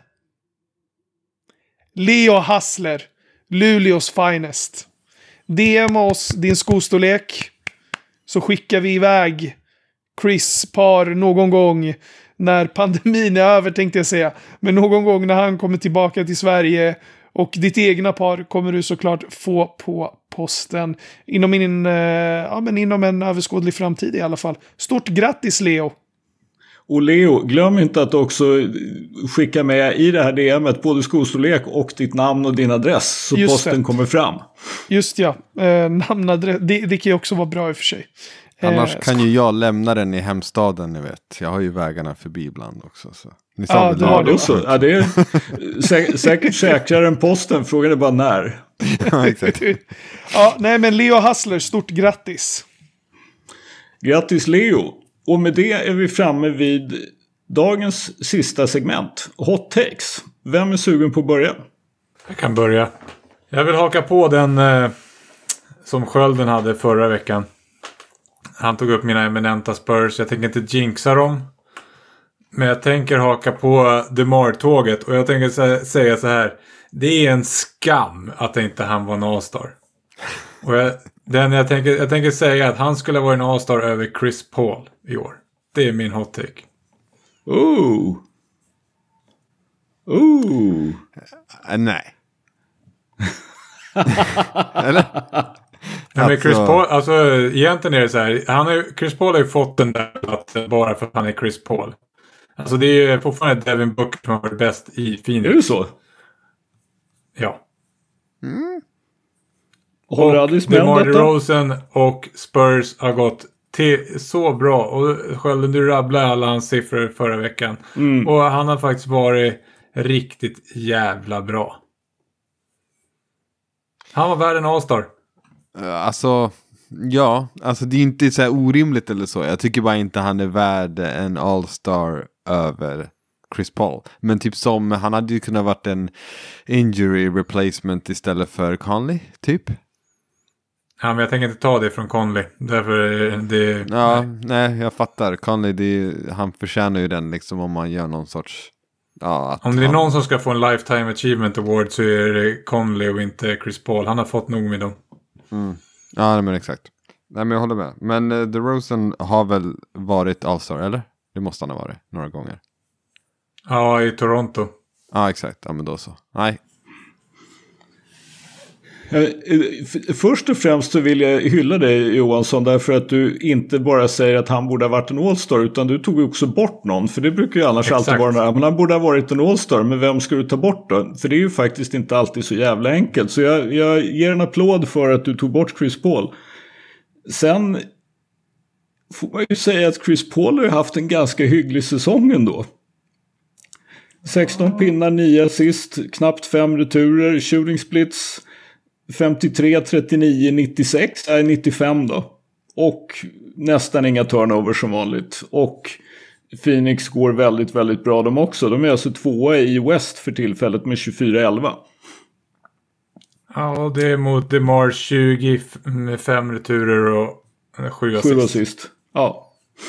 Leo Hassler. Luleås finest. D M oss din skostorlek. Så skickar vi iväg Chris par någon gång när pandemin är över, tänkte jag säga. Men någon gång när han kommer tillbaka till Sverige. Och ditt egna par kommer du såklart få på posten inom, in, ja, men inom en överskådlig framtid i alla fall. Stort grattis Leo! Och Leo, glöm inte att också skicka med i det här D M:et både skostorlek och ditt namn och din adress så Just posten det. kommer fram. Just ja, eh, namnadress, det, det kan ju också vara bra i och för sig. Annars Eh, kan ju jag lämna den i hemstaden, ni vet. Jag har ju vägarna förbi ibland också. Så. Ni sa Ja, väl du det? har Ja, det. då så. Ja, det är sä- säkert säkrare än posten. Frågan är bara när. Ja, exakt. ja, nej men Leo Hassler, stort grattis! Grattis Leo! Och med det är vi framme vid dagens sista segment. Hot takes. Vem är sugen på att börja? Jag kan börja. Jag vill haka på den eh, som Skölden hade förra veckan. Han tog upp mina eminenta Spurs. Jag tänker inte jinxa dem. Men jag tänker haka på DeMar-tåget. Och jag tänker sä- säga så här. Det är en skam att inte han var en All-Star. Och jag, den jag, tänker, jag tänker säga att han skulle vara en All-Star över Chris Paul i år. Det är min hot take. Ooh. Ooh. Äh, nej. Eller? Ja, men Chris Alltså- Paul, alltså egentligen är det så här. Han är, Chris Paul har ju fått den där att bara för att han är Chris Paul. Alltså det är ju fortfarande Devin Booker som har varit bäst i Phoenix. Är det så? Ja. Håller Och Addis med om DeMar detta? DeRozan och Spurs har gått till så bra. Och Skölden, du rabblade alla hans siffror förra veckan. Mm. Och han har faktiskt varit riktigt jävla bra. Han var värd en All-Star. Alltså, ja, alltså det är inte så här orimligt eller så. Jag tycker bara inte han är värd en All-Star över Chris Paul. Men typ som, han hade ju kunnat varit en injury replacement istället för Conley, typ. Ja, men jag tänker inte ta det från Conley. Därför är det... Ja, nej, nej jag fattar. Conley, det är, han förtjänar ju den liksom om man gör någon sorts... Ja, att Om det är han, någon som ska få en Lifetime Achievement Award så är det Conley och inte Chris Paul. Han har fått nog med dem. Mm. Ja, men exakt. Nej, men jag håller med. Men uh, DeRozan har väl varit All-Star, eller? Det måste han ha varit några gånger. Ja, i Toronto. Ja, exakt. Ja, men då så. Nej. Eh, f- Först och främst så vill jag hylla dig Johansson därför att du inte bara säger att han borde ha varit en All-Star utan du tog också bort någon. För det brukar ju annars Exakt. alltid vara några, men han borde ha varit en All-Star, men vem ska du ta bort då? För det är ju faktiskt inte alltid så jävla enkelt. Så jag, jag ger en applåd för att du tog bort Chris Paul. Sen får man ju säga att Chris Paul har haft en ganska hygglig säsong ändå. sexton pinnar, nio assist, knappt fem returer, shooting splits femtiotre, trettionio, nittiosex, är nittiofem då. Och nästan inga turnover som vanligt. Och Phoenix går väldigt, väldigt bra de också. De är alltså tvåa i West för tillfället med tjugofyra elva. Ja, det är mot DeMar tjugo med fem returer och sju assist. Sju assist, ja.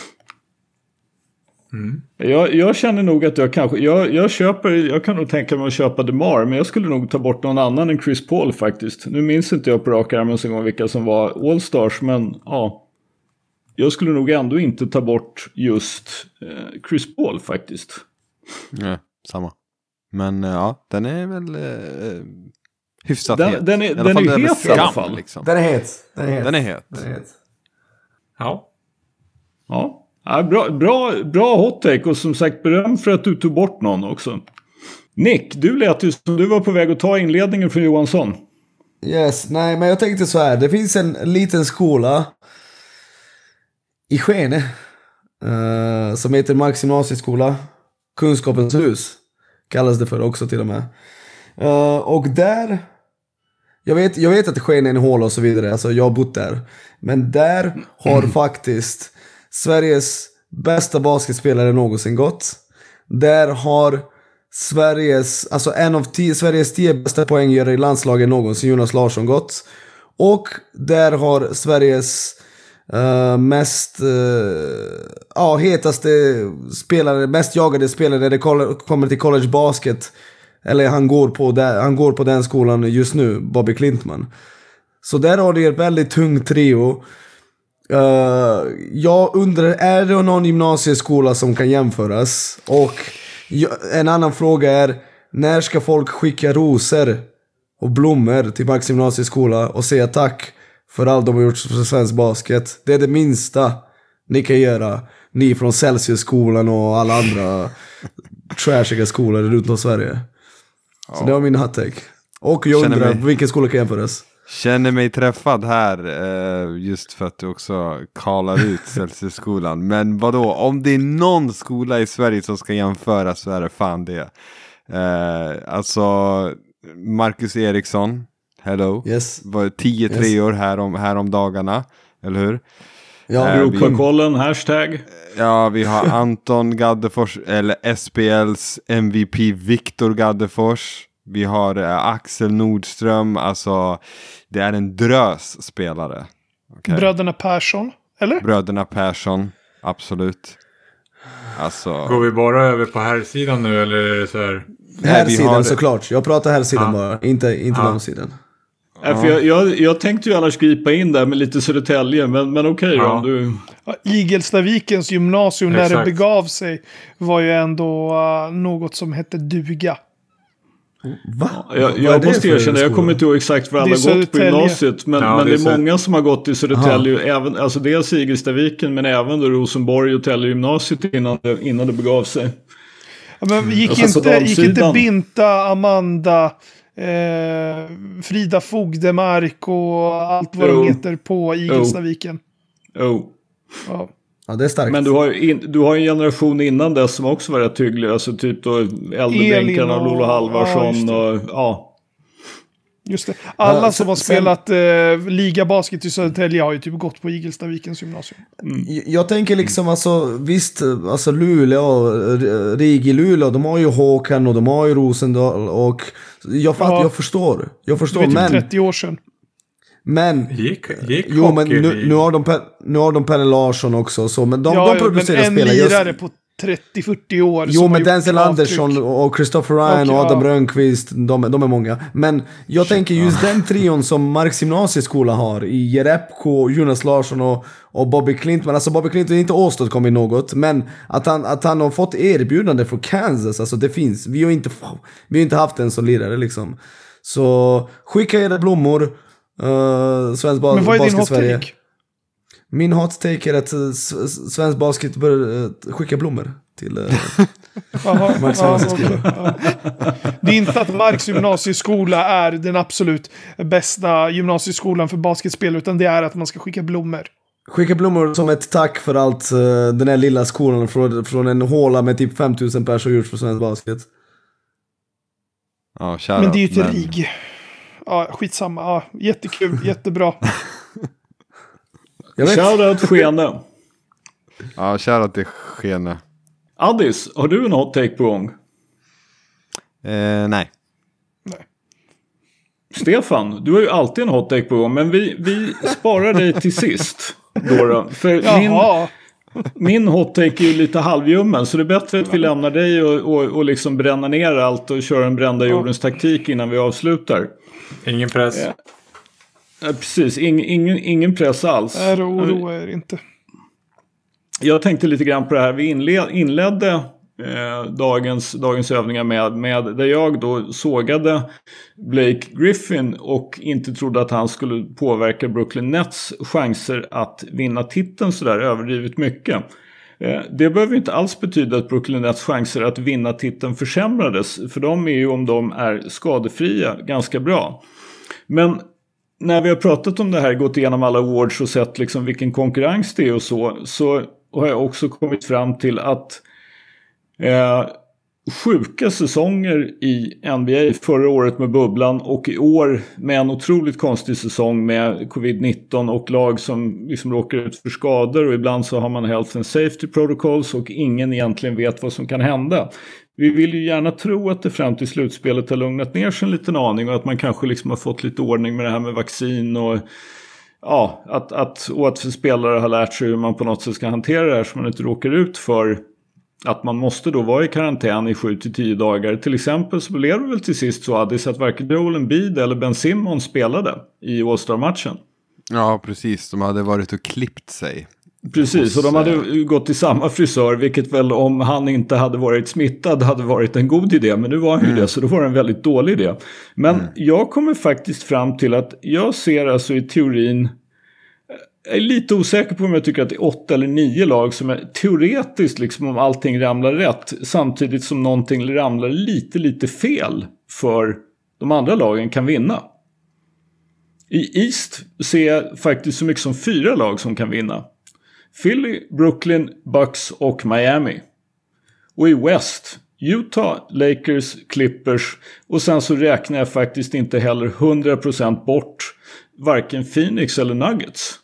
Mm. Jag, jag känner nog att jag kanske, jag, jag köper, jag kan nog tänka mig att köpa DeMar, men jag skulle nog ta bort någon annan än Chris Paul faktiskt. Nu minns inte jag på rak armen så gång vilka som var All-Stars, men ja. Jag skulle nog ändå inte ta bort just eh, Chris Paul faktiskt. Ja, samma. Men ja, den är väl eh, hyfsat den, het. Den är, den är het i alla fall. Liksom. Den är het. Den är het. Den är het. Den är het. Ja. Ja. Ja, bra, bra, bra hot take, och som sagt beröm för att du tog bort någon också. Nick, du lät ju som du var på väg att ta inledningen från Johansson. Yes, nej men jag tänkte så här. Det finns en liten skola i Skene uh, som heter Marks gymnasieskola. Kunskapens hus kallas det för också till och med. Uh, och där jag vet, jag vet att Skene är en håla och så vidare. Alltså jag har bott där. Men där har mm. faktiskt Sveriges bästa basketspelare någonsin gått. Där har Sveriges, alltså en av tio, Sveriges tio bästa poänggörare i landslaget någonsin, Jonas Larsson, gått. Och där har Sveriges uh, mest uh, ja, hetaste spelare, mest jagade spelare när det kommer till college basket, eller han går på där, han går på den skolan just nu, Bobby Klintman. Så där har det en väldigt tung trio. Uh, jag undrar, är det någon gymnasieskola som kan jämföras? Och en annan fråga är, när ska folk skicka rosor och blommor till Marks gymnasieskola och säga tack för allt de har gjort för svensk basket? Det är det minsta ni kan göra, ni från Celsius-skolan och alla andra trashiga skolor runt om Sverige. Så ja. Det var min hot take. Och jag Känner undrar, mig... vilken skola kan jämföras? Känner mig träffad här just för att du också kallar ut Celsius-skolan. Men vadå, om det är någon skola i Sverige som ska jämföras så är det fan det. Eh, alltså Marcus Eriksson, hello, yes. var tio yes. treor här om, här om dagarna, eller hur? Ja, eh, Europakollen, hashtag. Ja, vi har Anton Gaddefors, eller S P L:s M V P Viktor Gaddefors. Vi har uh, Axel Nordström, alltså det är en drös spelare. Okay. Bröderna Persson, eller? Bröderna Persson, absolut. Alltså... Går vi bara över på här sidan nu, eller är det så här? Här sidan har... såklart, jag pratar här sidan ah. bara, inte, inte ah. de sidan. Ja. För jag, jag, jag tänkte ju annars gripa in där med lite Södertälje, men, men okej okay, ja. då. Du... Ja, Igelstavikens gymnasium, Exakt. när det begav sig, var ju ändå uh, något som hette duga. Va? Jag, jag måste erkänna, jag kommer inte ihåg exakt vad alla gått på gymnasiet, men, ja, men det är, det är många som har gått i Södertälje, även, alltså dels Igelstaviken, men även då Rosenborg och Tälje gymnasiet innan det, innan det begav sig. Ja, men gick, mm. inte, gick inte Binta, Amanda, eh, Frida Fogdemark och allt vad oh. de heter på Igelstaviken? Oh. oh. Ja. Ja, det är starkt. Men du har, in, du har en generation innan dess som också var rätt hygglig. Alltså typ då äldrebänkarna och Lolo Halvarsson ja, och ja. Just det. Alla ja, som har sen, spelat eh, ligabasket i Södertälje har ju typ gått på Igelstavikens gymnasium. Mm. Jag tänker liksom alltså, visst, alltså Luleå, Rigi Luleå, de har ju Håkan och de har ju Rosendal och jag fattar, ja, jag förstår. Jag förstår, det är typ men trettio år sedan. Men, gick, gick jo, men nu, nu har de per, nu har de Pelle Larsson också så, men de, ja, de producerar men en spelare. lirare jag... på trettio fyrtio år. Jo, men Denzel Andersson och Christopher Ryan okay, och Adam ja. Rönnqvist, de, de är många. Men jag tänker just den trion som Marks gymnasieskola har i Jerebko, Jonas Larsson och, och Bobby Klintman. Alltså Bobby Klintman är inte åstadkommit något, men att han, att han har fått erbjudande från Kansas, alltså det finns. Vi har inte, vi har inte haft en sån lirare liksom. Så skicka era blommor. Uh, svensk ba- Men vad är din hot Sverige. take? Min hot take är att uh, s- svensk basket bör uh, skicka blommor till uh, Aha, Marks ja, okay, ja. Det är inte att Marks gymnasieskola är den absolut bästa gymnasieskolan för basketspel, utan det är att man ska skicka blommor. Skicka blommor som ett tack för allt uh, den här lilla skolan från, från en håla med typ femtusen personer gjort för svensk basket. Ja, men det är ju till men... RIG. Ja, skitsamma. Ja, jättekul, jättebra. Shoutout Skene. Ja, shoutout till Skene. Addis, har du en hot take på gång? Eh, nej. Nej. Stefan, du har ju alltid en hot take på gång, men vi, vi sparar dig till sist. Då då. För min, min hot take är ju lite halvjummen, så det är bättre att vi lämnar dig och, och, och liksom bränna ner allt och köra en brända jordens taktik innan vi avslutar. Ingen press. Ja. Ja, precis, In, ingen, ingen press alls. Är det oroa er inte. Jag tänkte lite grann på det här. Vi inled, inledde eh, dagens, dagens övningar med, med där jag då sågade Blake Griffin och inte trodde att han skulle påverka Brooklyn Nets chanser att vinna titeln sådär överdrivet mycket. Eh, det behöver inte alls betyda att Brooklyn Nets chanser att vinna titeln försämrades. För de är ju, om de är skadefria, ganska bra. Men när vi har pratat om det här, gått igenom alla awards och sett liksom vilken konkurrens det är och så, så har jag också kommit fram till att eh, sjuka säsonger i N B A förra året med bubblan och i år med en otroligt konstig säsong med covid nitton och lag som liksom råkar ut för skador, och ibland så har man health and safety protocols och ingen egentligen vet vad som kan hända. Vi vill ju gärna tro att det fram till slutspelet har lugnat ner sig en liten aning och att man kanske liksom har fått lite ordning med det här med vaccin och ja, att, att, och att för spelare har lärt sig hur man på något sätt ska hantera det här så man inte råkar ut för att man måste då vara i karantän i sju till tio dagar. Till exempel så blev det väl till sist så Addis att varken Joel Embiid eller Ben Simmons spelade i All-Star-matchen. Ja, precis. De hade varit och klippt sig. Precis, och de hade gått till samma frisör, vilket väl om han inte hade varit smittad hade varit en god idé. Men nu var han ju mm. det, så då var det en väldigt dålig idé. Men mm. jag kommer faktiskt fram till att jag ser alltså i teorin, jag är lite osäker på om jag tycker att det är åtta eller nio lag som är teoretiskt liksom om allting ramlar rätt, samtidigt som någonting ramlar lite lite fel för de andra lagen kan vinna. I East ser jag faktiskt så mycket som fyra lag som kan vinna. Philly, Brooklyn, Bucks och Miami. Och i West, Utah, Lakers, Clippers, och sen så räknar jag faktiskt inte heller hundra procent bort varken Phoenix eller Nuggets.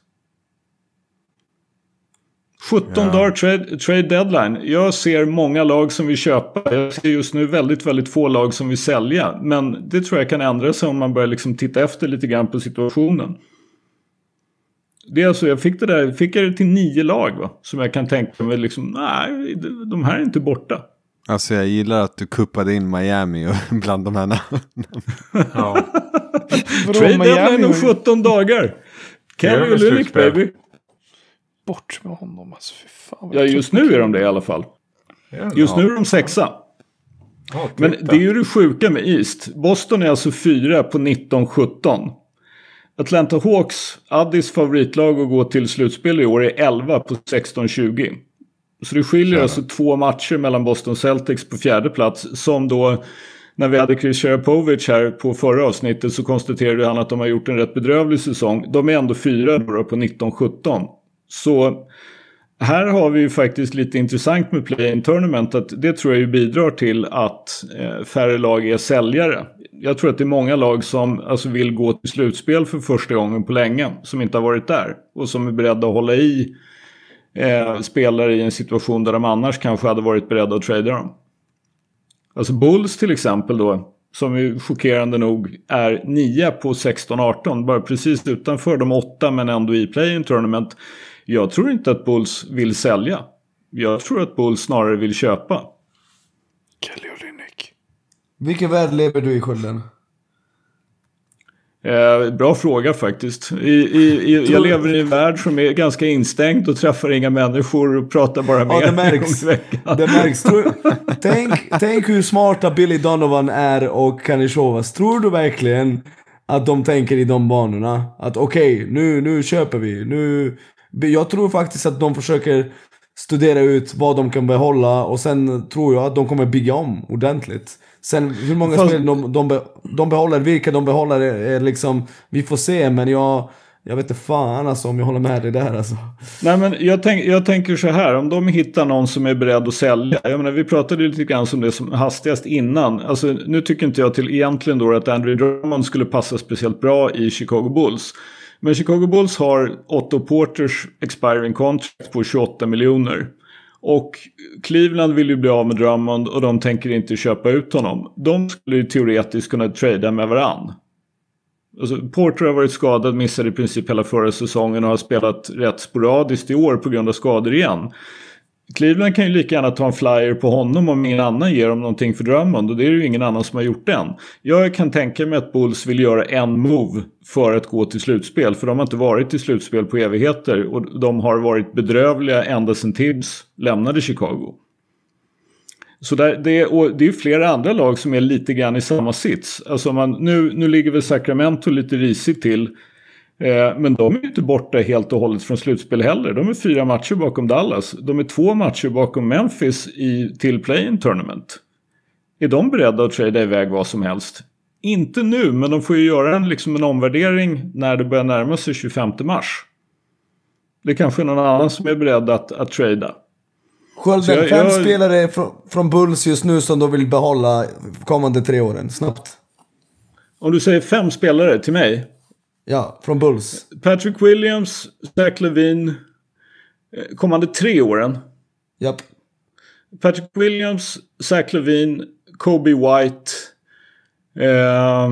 sjutton ja. dagar trade, trade deadline. Jag ser många lag som vill köpa. Jag ser just nu väldigt, väldigt få lag som vill sälja. Men det tror jag kan ändra sig om man börjar liksom titta efter lite grann på situationen. Det är alltså, jag fick det där, fick jag det till nio lag va? Som jag kan tänka mig liksom, nej, de här är inte borta. Alltså jag gillar att du kuppade in Miami och bland de här namnen. Ja. Trade deadline om sjutton dagar. Kevin och Lulik, baby. Bort med honom, alltså fy fan. Ja, just nu är de det i alla fall. Just nu är de sexa. Men det är ju det sjuka med East. Boston är alltså fyra på nitton sjutton. Atlanta Hawks, Addis favoritlag att gå till slutspel i år, är elva på sexton tjugo. Så det skiljer Tjena. alltså två matcher mellan Boston Celtics på fjärde plats, som då, när vi hade Chris Sharapowicz här på förra avsnittet, så konstaterade han att de har gjort en rätt bedrövlig säsong. De är ändå fyra då på nitton sjutton. Så här har vi ju faktiskt lite intressant med play-in tournament, att det tror jag ju bidrar till att eh, färre lag är säljare. Jag tror att det är många lag som alltså vill gå till slutspel för första gången på länge, som inte har varit där och som är beredda att hålla i eh, spelare i en situation där de annars kanske hade varit beredda att trada dem. Alltså Bulls till exempel då, som ju chockerande nog är nio på sexton arton, bara precis utanför de åtta men ändå i play-in tournament. Jag tror inte att Bulls vill sälja. Jag tror att Bulls snarare vill köpa. Kelly och Linnick. Vilken värld lever du i, Skölden? Eh, bra fråga faktiskt. I, i, i, jag lever i en värld som är ganska instängd och träffar inga människor och pratar bara med ja, det märks. Det märks. Tror, tänk, tänk hur smarta Billy Donovan är och Kanishovas. Tror du verkligen att de tänker i de banorna? Att okej, okay, nu, nu köper vi. Nu... Jag tror faktiskt att de försöker studera ut vad de kan behålla, och sen tror jag att de kommer bygga om ordentligt. Sen hur många Fast... spel de, de, be, de behåller, vilka de behåller är, är liksom, vi får se, men jag, jag vet inte fan alltså om jag håller med dig där alltså. Nej, men jag, tänk, jag tänker så här, om de hittar någon som är beredd att sälja. Jag menar, vi pratade lite grann om det som hastigast innan. Alltså, nu tycker inte jag till egentligen då att Andrew Drummond skulle passa speciellt bra i Chicago Bulls. Men Chicago Bulls har Otto Porters expiring contract på tjugoåtta miljoner. Och Cleveland vill ju bli av med Drummond och de tänker inte köpa ut honom. De skulle ju teoretiskt kunna trada med varann. Alltså, Porter har varit skadad, missade i princip hela förra säsongen och har spelat rätt sporadiskt i år på grund av skador igen. Cleveland kan ju lika gärna ta en flyer på honom om ingen annan ger dem någonting för Drummond, och det är ju ingen annan som har gjort det än. Jag kan tänka mig att Bulls vill göra en move för att gå till slutspel, för de har inte varit i slutspel på evigheter och de har varit bedrövliga ända sedan Tibbs lämnade Chicago. Så där, det, är, och det är flera andra lag som är lite grann i samma sits. Alltså man, nu, nu ligger väl Sacramento lite risigt till. Eh, men de är ju inte borta helt och hållet från slutspel heller. De är fyra matcher bakom Dallas. De är två matcher bakom Memphis i, till play-in tournament. Är de beredda att trada iväg vad som helst? Inte nu, men de får ju göra en, liksom en omvärdering när det börjar närma sig tjugofemte mars. Det är kanske någon annan som är beredd att, att trada. Skölden, jag, fem jag... spelare från, från Bulls just nu som de vill behålla kommande tre åren, snabbt. Om du säger fem spelare till mig. Ja, från Bulls. Patrick Williams, Zach LaVine, kommande tre åren. Japp. Patrick Williams, Zach LaVine, Kobe White. Eh,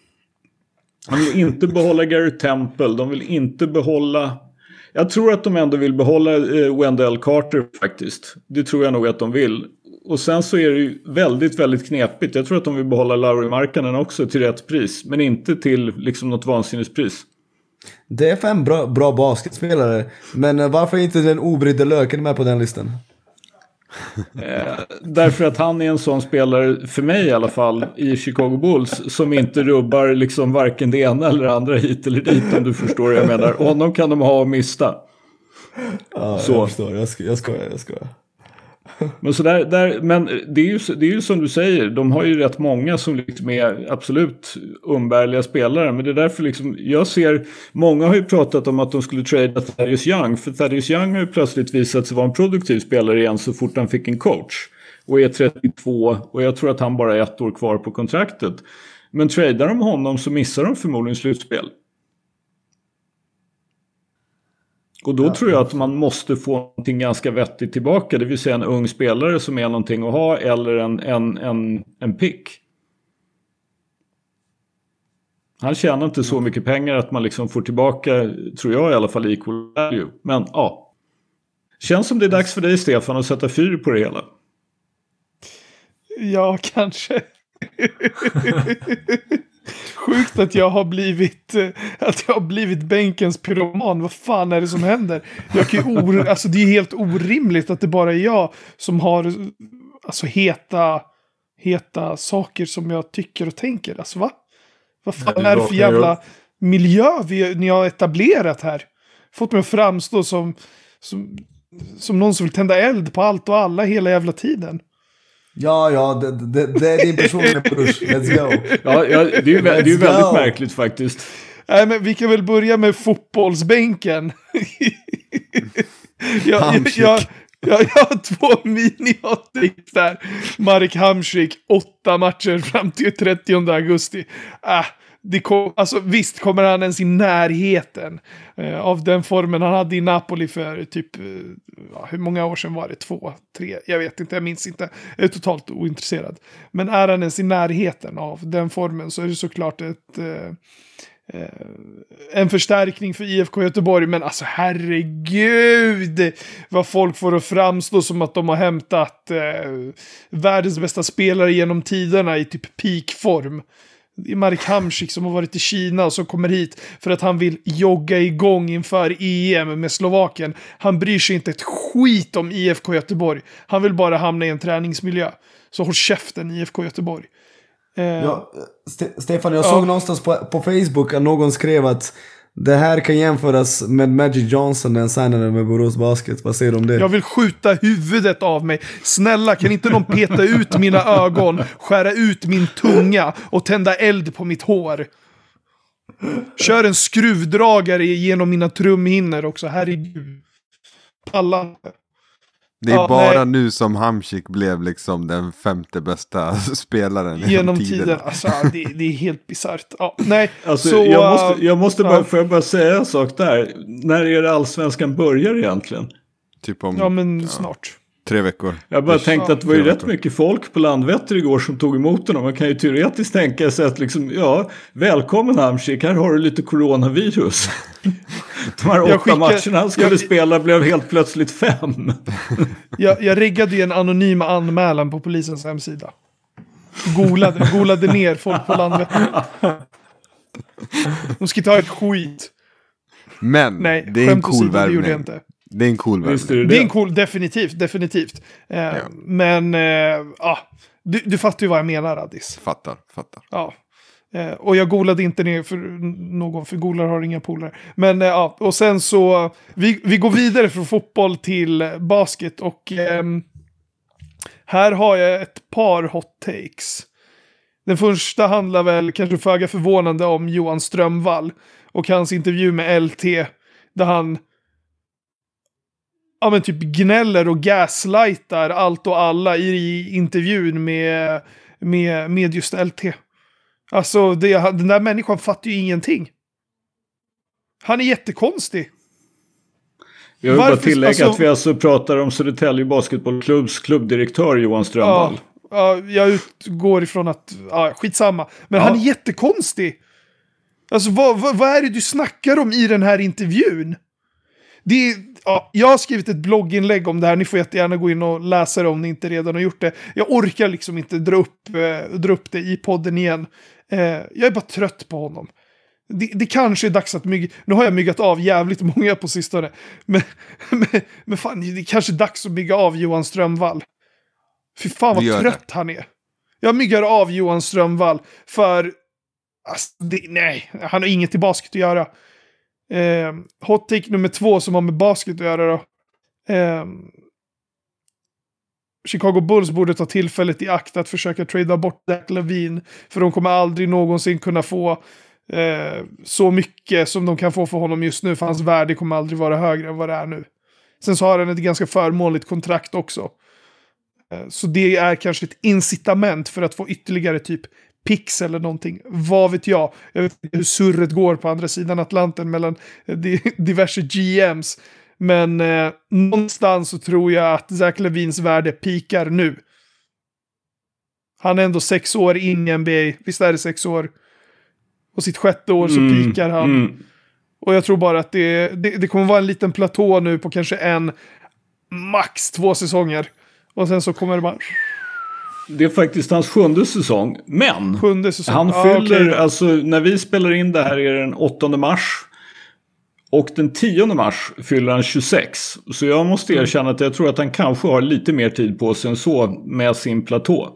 de vill inte behålla Gary Temple. De vill inte behålla... Jag tror att de ändå vill behålla eh, Wendell Carter faktiskt. Det tror jag nog att de vill. Och sen så är det ju väldigt, väldigt knepigt. Jag tror att de vill behålla Lauri Markkanen också till rätt pris. Men inte till liksom något vansinnespris. Det är fem bra, bra basketspelare. Men varför är inte den obrydde löken med på den listan? Eh, därför att han är en sån spelare, för mig i alla fall, i Chicago Bulls, som inte rubbar liksom varken det ena eller andra hit eller dit, om du förstår vad jag menar. Och honom kan de ha och mista. Ja, så. Jag förstår, jag skojar, jag skojar, jag skojar. Men, så där, där, men det, är ju, det är ju som du säger, de har ju rätt många som liksom är absolut umbärliga spelare. Men det är därför liksom, jag ser, många har ju pratat om att de skulle trada Thaddeus Young. För Thaddeus Young har ju plötsligt visat sig vara en produktiv spelare igen så fort han fick en coach. Och är trettiotvå, och jag tror att han bara är ett år kvar på kontraktet. Men tradar de honom så missar de förmodligen slutspel. Och då ja, tror jag att man måste få någonting ganska vettigt tillbaka. Det vill säga en ung spelare som är någonting att ha, eller en, en, en, en pick. Han tjänar inte så mycket pengar att man liksom får tillbaka, tror jag i alla fall, equal value. Men ja, känns som det är dags för dig, Stefan, att sätta fyr på det hela. Ja, kanske. Sjukt att jag har blivit att jag har blivit bänkens pyroman. Vad fan är det som händer? Jag kan ju or- alltså det är helt orimligt att det bara är jag som har alltså heta heta saker som jag tycker och tänker. Alltså va? Vad fan Nej, är det för jävla miljö vi, ni har etablerat här? Fått mig att framstå som, som som någon som vill tända eld på allt och alla hela jävla tiden. Ja, ja, det, det, det är din personliga push. Let's go. Ja, ja det är ju, det är ju väldigt go. märkligt faktiskt. Nej, men vi kan väl börja med fotbollsbänken. jag, jag, jag, jag, jag har två mini-hottakes där. Marek Hamšík, åtta matcher fram till trettionde augusti. Ah, det kom, alltså, visst kommer han ens i närheten eh, av den formen han hade i Napoli för typ, eh, hur många år sedan var det? Två, tre, jag vet inte, jag minns inte. Jag är totalt ointresserad. Men är han ens i närheten av den formen så är det såklart ett, eh, eh, en förstärkning för I F K Göteborg. Men alltså herregud vad folk får att framstå som att de har hämtat eh, världens bästa spelare genom tiderna i typ peakform. Det är Marek Hamšík som har varit i Kina och som kommer hit för att han vill jogga igång inför E M med Slovakien. Han bryr sig inte ett skit om I F K Göteborg. Han vill bara hamna i en träningsmiljö. Så håll käften I F K Göteborg. Eh, ja, St- Stefan, jag ja. såg någonstans på, på Facebook att någon skrev att det här kan jämföras med Magic Johnson när han signade med Borås Basket. Vad säger du om det? Jag vill skjuta huvudet av mig. Snälla, kan inte någon peta ut mina ögon, skära ut min tunga och tända eld på mitt hår? Kör en skruvdragare genom mina trumhinnor också, herregud. Alla. Det är Ja, bara nej. nu som Hamsik blev liksom den femte bästa spelaren genom, Genom tiden. tiden. Alltså, det, det är helt bisarrt. Ja, nej. Alltså, så, jag måste, jag måste bara, ja. får jag bara säga en sak där. När är det allsvenskan börjar egentligen? Typ om Ja, men snart. tre veckor. Jag bara Ish. tänkte att det var ju Fyra rätt veckor. mycket folk på Landvetter igår som tog emot honom. Man kan ju teoretiskt tänka sig att liksom, ja, välkommen Hamsik, här har du lite coronavirus. De här åtta skickar- matcherna han skulle jag- spela blev helt plötsligt fem. Jag, jag riggade ju en anonym anmälan på polisens hemsida. Golade, golade ner folk på Landvetter. De ska ta ett skit. Men Nej, det är en skämt cool åsido, det gjorde jag värvning. inte. Det är en cool Visst är värvning. det Det är en det? cool, definitivt, definitivt. Eh, Men, eh, ja, du, du fattar ju vad jag menar, Addis. Fattar, fattar. Ja. Eh, och jag golade inte ner för någon, för golar har inga polare. Men eh, ja, och sen så, vi, vi går vidare från fotboll till basket och ehm, här har jag ett par hot takes. Den första handlar väl kanske föga förvånande om Johan Strömvall och hans intervju med L T där han ja men typ gnäller och gaslightar allt och alla i intervjun med, med, med just L T. Alltså det, den där människan fattar ju ingenting. Han är jättekonstig. Jag vill bara Varför- tillägga alltså- att vi alltså pratar om Södertälje Basketbollklubbs klubbdirektör Johan Strömvall. Ja, ja, jag utgår ifrån att, ja, skitsamma. Men Ja. han är jättekonstig. Alltså vad, vad, vad är det du snackar om i den här intervjun? Det är, ja, jag har skrivit ett blogginlägg om det här. Ni får jättegärna gå in och läsa det om ni inte redan har gjort det. Jag orkar liksom inte dra upp, eh, dra upp det i podden igen. Eh, jag är bara trött på honom. Det, det kanske är dags att mygga. Nu har jag myggat av jävligt många på sistone. Men, men, men fan, det är kanske dags att mygga av Johan Strömvall. Fy fan Vi gör vad det. trött han är. Jag myggar av Johan Strömvall för... Alltså, det, nej, han har inget i basket att göra. Eh, hot take nummer två som har med basket att göra då. Eh, Chicago Bulls borde ta tillfället i akt att försöka trada bort Zach LaVine. För de kommer aldrig någonsin kunna få eh, så mycket som de kan få för honom just nu. För hans värde kommer aldrig vara högre än vad det är nu. Sen så har han ett ganska förmånligt kontrakt också. Eh, så det är kanske ett incitament för att få ytterligare typ pix eller någonting. Vad vet jag? Jag vet inte hur surret går på andra sidan Atlanten mellan eh, di- diverse G Ms. Men eh, någonstans så tror jag att Zach LaVines värde pikar nu. Han är ändå sex år in i N B A. Visst är det sex år? Och sitt sjätte år så Mm, pikar han. mm. Och jag tror bara att det, det, det kommer vara en liten platå nu på kanske en, max två säsonger. Och sen så kommer det bara Det är faktiskt hans sjunde säsong. Men sjunde säsong. han Ja, fyller, okej. alltså när vi spelar in det här är det den åttonde mars. Och den tionde mars fyller han tjugosex. Så jag måste erkänna att jag tror att han kanske har lite mer tid på sig än så med sin platå.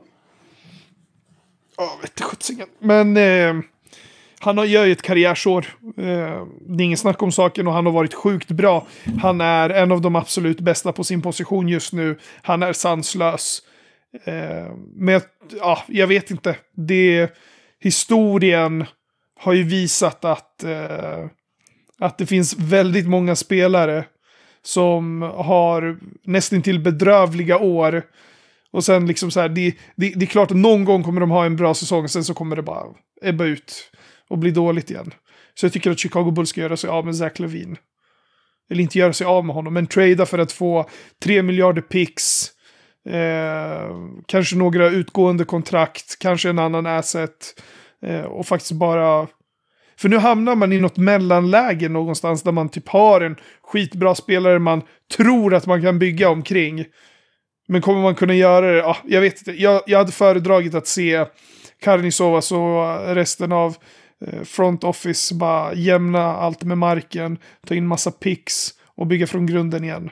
Ja, vet du sjuttsingen. Men eh, han har, gör ju ett karriärsår. Eh, det är ingen snack om saken och han har varit sjukt bra. Han är en av de absolut bästa på sin position just nu. Han är sanslös. Eh, men ja, jag vet inte. Det, historien har ju visat att, eh, att det finns väldigt många spelare som har nästan till bedrövliga år. Och sen liksom så här, det, det, det är klart att någon gång kommer de ha en bra säsong, sen så kommer det bara ebba ut och bli dåligt igen. Så jag tycker att Chicago Bulls ska göra sig av med Zach LaVine. Eller inte göra sig av med honom, men trada för att få tre miljarder picks. Eh, kanske några utgående kontrakt, kanske en annan asset. Eh, och faktiskt bara... För nu hamnar man i något mellanläge någonstans där man typ har en skitbra spelare man tror att man kan bygga omkring. Men kommer man kunna göra det? Ja, jag vet inte. Jag, jag hade föredragit att se Karnisovas och resten av eh, front office bara jämna allt med marken, ta in massa picks och bygga från grunden igen.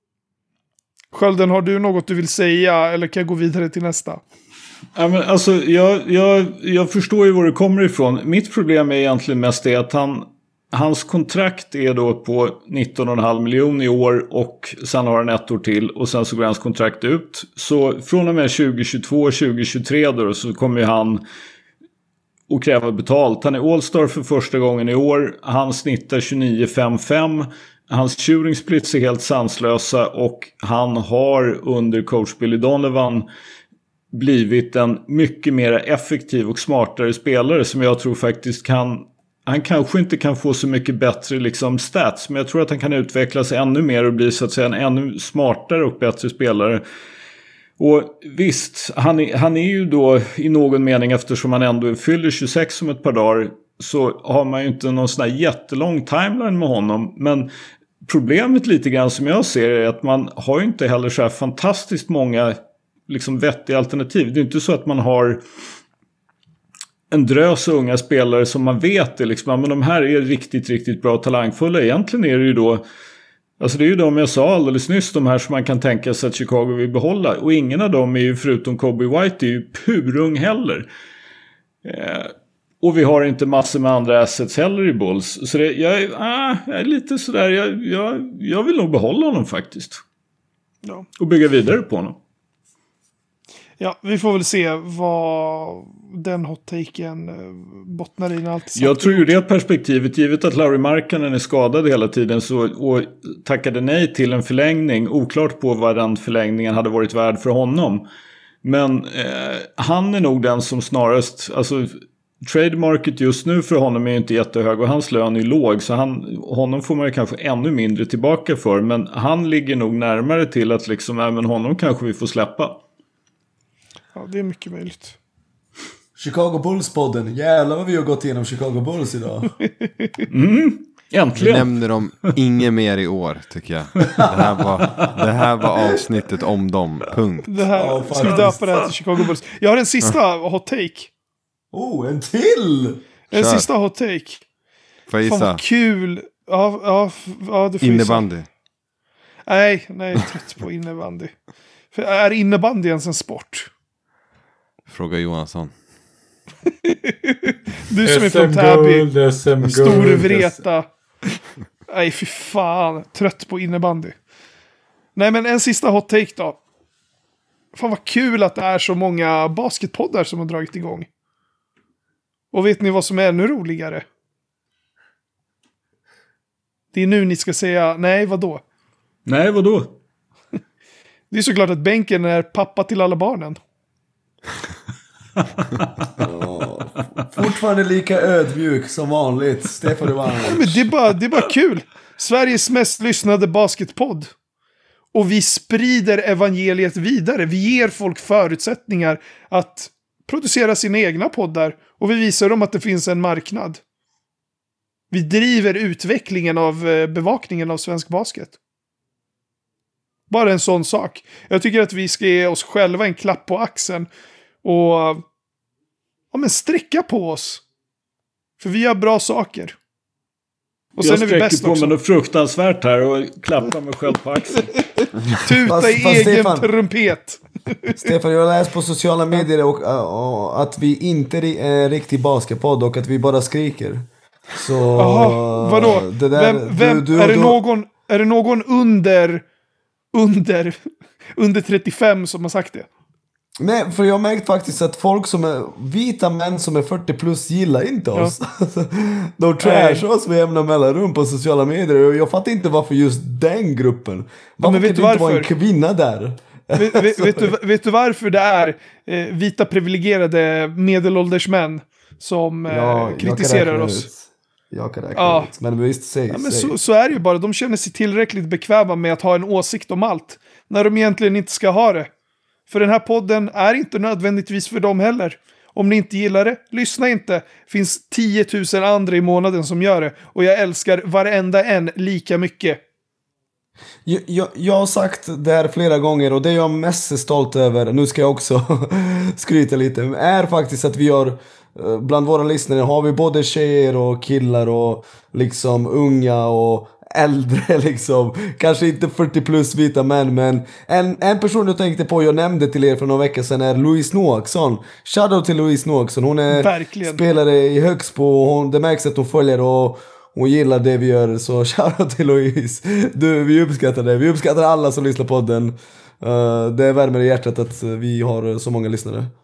Skölden, har du något du vill säga eller kan jag gå vidare till nästa? Ja, men alltså, jag, jag, jag förstår ju var det kommer ifrån. Mitt problem är egentligen mest det att han, hans kontrakt är då på nitton komma fem miljoner i år och sen har han ett år till och sen så går hans kontrakt ut. Så från och med tjugo tjugotvå tjugo tjugotre då så kommer ju han och kräva betalt. Han är All-Star för första gången i år. Han snittar tjugonio fem fem. Hans shooting splits är helt sanslösa och han har under coach Billy Donovan blivit en mycket mer effektiv och smartare spelare som jag tror faktiskt kan, han kanske inte kan få så mycket bättre liksom stats, men jag tror att han kan utvecklas ännu mer och bli så att säga en ännu smartare och bättre spelare. Och visst, han är, han är ju då i någon mening, eftersom han ändå fyller tjugosex om ett par dagar, så har man ju inte någon sån här jättelång timeline med honom. Men problemet lite grann som jag ser är att man har ju inte heller så här fantastiskt många liksom vettiga alternativ. Det är inte så att man har en drös unga spelare som man vet är liksom, men de här är riktigt, riktigt bra och talangfulla. Egentligen är det ju då, alltså det är ju de jag sa alldeles nyss, de här som man kan tänka sig att Chicago vill behålla. Och ingen av dem är ju, förutom Kobe White, är ju purung heller. Eh, och vi har inte massor med andra assets heller i Bulls. Så det, jag, är, ah, jag är lite sådär, jag, jag, jag vill nog behålla honom faktiskt. Ja. Och bygga vidare på honom. Ja, vi får väl se vad den hot-taken bottnar i när allt är Jag tror ju det perspektivet, givet att Lauri Markkanen är skadad hela tiden så, och tackade nej till en förlängning, oklart på vad den förlängningen hade varit värd för honom. Men eh, han är nog den som snarast, alltså trade market just nu för honom är ju inte jättehög och hans lön är låg, så han, honom får man ju kanske ännu mindre tillbaka för, men han ligger nog närmare till att liksom även honom kanske vi får släppa. Ja, det är mycket möjligt. Chicago Bulls-podden. Jävlar vad vi har gått igenom Chicago Bulls idag. Mm, äntligen. Vi nämner dem inget mer i år, tycker jag. Det här var, det här var avsnittet om dem. Punkt. Det här, Ja, ska vi döpa det här till Chicago Bulls? Jag har en sista hot take. Oh, en till! En Kör. sista hot take. Får jag Fan gissa? vad kul. Ja, ja, ja det får Innebandy. gissa. Nej, nej, jag är trött på innebandy. För är innebandy ens en sport? Fråga Johansson. Du som är från Täby. Stor Vreta. Nej, fy fan. Trött på innebandy. Nej, men en sista hot take då. Fan vad kul att det är så många basketpoddar som har dragit igång. Och vet ni vad som är ännu roligare? Det är nu ni ska säga, nej, vadå? Nej, vadå? Det är såklart att bänken är pappa till alla barnen. Oh, fortfarande lika ödmjuk som vanligt. Stefan Ivanovic. Men det är bara, det är bara kul. Sveriges mest lyssnade basketpodd. Och vi sprider evangeliet vidare. Vi ger folk förutsättningar att producera sina egna poddar. Och vi visar dem att det finns en marknad. Vi driver utvecklingen av bevakningen av svensk basket. Bara en sån sak. Jag tycker att vi ska ge oss själva en klapp på axeln. Och ja, men sträcka på oss. För vi gör bra saker. Och sen jag är vi bäst sträcker på också. mig något fruktansvärt här och klappar mig själv på axeln. Tuta Fast- i fast egen Stefan- trumpet. Stefan, jag har läst på sociala medier och, och, att vi inte är en riktig basketpodd och att vi bara skriker. Så... Jaha, vadå? Det där, vem, vem, du, du, är, det du, någon, är det någon under, under, under trettiofem som har sagt det? Nej, för jag har märkt faktiskt att folk som är vita män som är fyrtio plus gillar inte oss. De trashar oss med jämna mellanrum på sociala medier. Och jag fattar inte varför just den gruppen. Varför men vet kan du det inte vara en varför? kvinna där? Vet, vet, vet, du, vet du varför det är eh, vita privilegierade medelålders män som eh, Ja, jag kan kritiserar räkna oss? ut. Jag kan räkna Ja. ut. Men visst, säg. Ja, men säg. så, så är det ju bara. De känner sig tillräckligt bekväma med att ha en åsikt om allt. När de egentligen inte ska ha det. För den här podden är inte nödvändigtvis för dem heller. Om ni inte gillar det, lyssna inte. Finns tio tusen andra i månaden som gör det. Och jag älskar varenda en lika mycket. Jag, jag, jag har sagt det här flera gånger och det jag är mest stolt över, nu ska jag också skryta lite, är faktiskt att vi har, bland våra lyssnare har vi både tjejer och killar och liksom unga och äldre liksom. Kanske inte fyrtio plus vita män, men en, en person jag tänkte på, jag nämnde till er för några veckor sedan, är Louise Noaksson. Shoutout till Louise Noaksson, hon är Verkligen. spelare i Högsbo och hon, det märks att hon följer och hon gillar det vi gör, så shoutout till Louise. Du, vi uppskattar det. Vi uppskattar alla som lyssnar på den. Uh, det värmer i hjärtat att vi har så många lyssnare.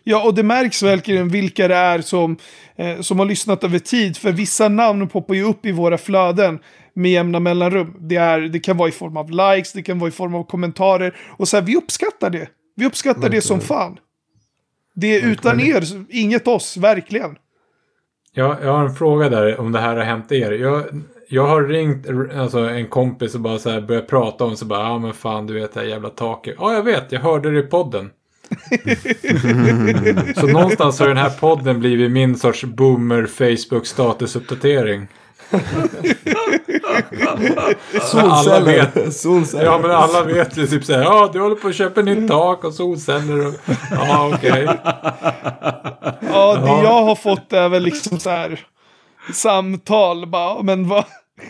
Ja, och det märks verkligen vilka det är som, eh, som har lyssnat över tid. För vissa namn poppar ju upp i våra flöden med jämna mellanrum. Det, är, det kan vara i form av likes, det kan vara i form av kommentarer. Och så här, vi uppskattar det. Vi uppskattar verkligen. Det som fan. Det är utan er, inget oss, verkligen. Ja, jag har en fråga där om det här har hänt er. Jag, jag har ringt alltså, en kompis och bara så här börjat prata om så bara, ja ah, men fan du vet det här jävla taket. Ja, jag vet, jag hörde det i podden. Så någonstans har den här podden blivit min sorts boomer Facebook statusuppdatering. Alla vet. Solceller. Ja, men alla vet ju typ såhär, ja du håller på att köpa nytt tak och solceller och... Ja, okej. Okay. Ja, det ja. Jag har fått är väl liksom så här samtal bara, men vad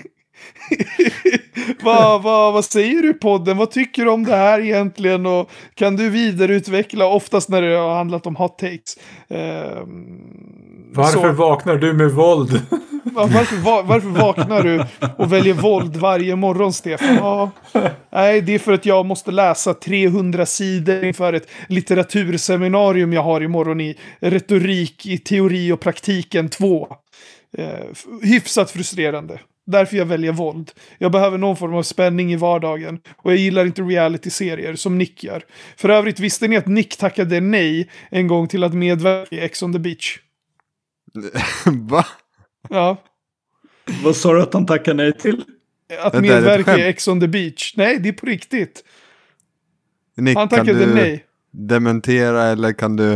vad, vad, vad säger du i podden? Vad tycker du om det här egentligen? Och kan du vidareutveckla, oftast när det har handlat om hot takes? Eh, varför så... vaknar du med våld? Varför, var, varför vaknar du och väljer våld varje morgon, Stefan? Ja, nej, det är för att jag måste läsa trehundra sidor inför ett litteraturseminarium jag har imorgon i retorik, i teori och praktiken två. Eh, hyfsat frustrerande. Därför jag väljer våld. Jag behöver någon form av spänning i vardagen. Och jag gillar inte reality-serier som Nick gör. För övrigt, visste ni att Nick tackade nej en gång till att medverka i Ex on the Beach? Va? Ja. Vad sa du att han tackade nej till? Att det medverka i Ex on the Beach. Nej, det är på riktigt. Nick, han tackade kan du nej. Dementera eller kan du...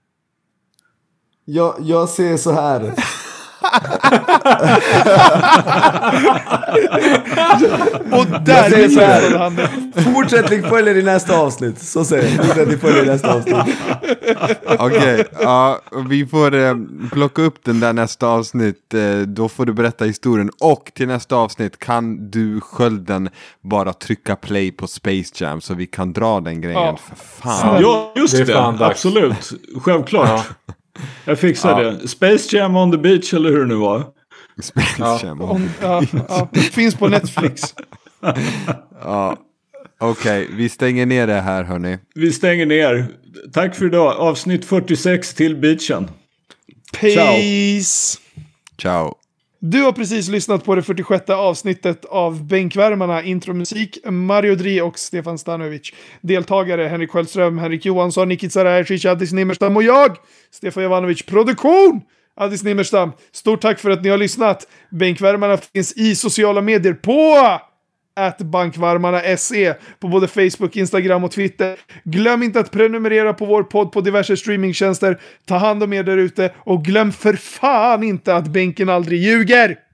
Jag, jag ser så här... Och där är så här. Han. Fortsättning följer i nästa avsnitt. Så säger jag. Fortsättning följer i nästa avsnitt. Okej, okay, ja, vi får eh, plocka upp den där nästa avsnitt. Eh, då får du berätta historien. Och till nästa avsnitt kan du, Skölden, bara trycka play på Space Jam så vi kan dra den grejen. Ja. För fan. Ja, just det. det. Absolut. Självklart. Ja. Jag fixar ja. det. Space Jam on the Beach, eller hur det nu var. Space ja. Jam on the ja, ja. Det finns på Netflix. Ja. Okej, okay, vi stänger ner det här, hörni. Vi stänger ner. Tack för idag. Avsnitt fyrtiosex till beachen. Peace. Ciao. Ciao. Du har precis lyssnat på det fyrtiosjätte avsnittet av Bänkvärmarna, intromusik, Mario Dri och Stefan Stanovic. Deltagare Henrik Sköldström, Henrik Johansson, Nikit Sarajevic, Addis Nimmerstam och jag, Stefan Jovanovic. Produktion! Addis Nimmerstam. Stort tack för att ni har lyssnat. Bänkvärmarna finns i sociala medier på at bankvarmarna punkt se på både Facebook, Instagram och Twitter. Glöm inte att prenumerera på vår podd på diverse streamingtjänster. Ta hand om er där ute och glöm för fan inte att bänken aldrig ljuger!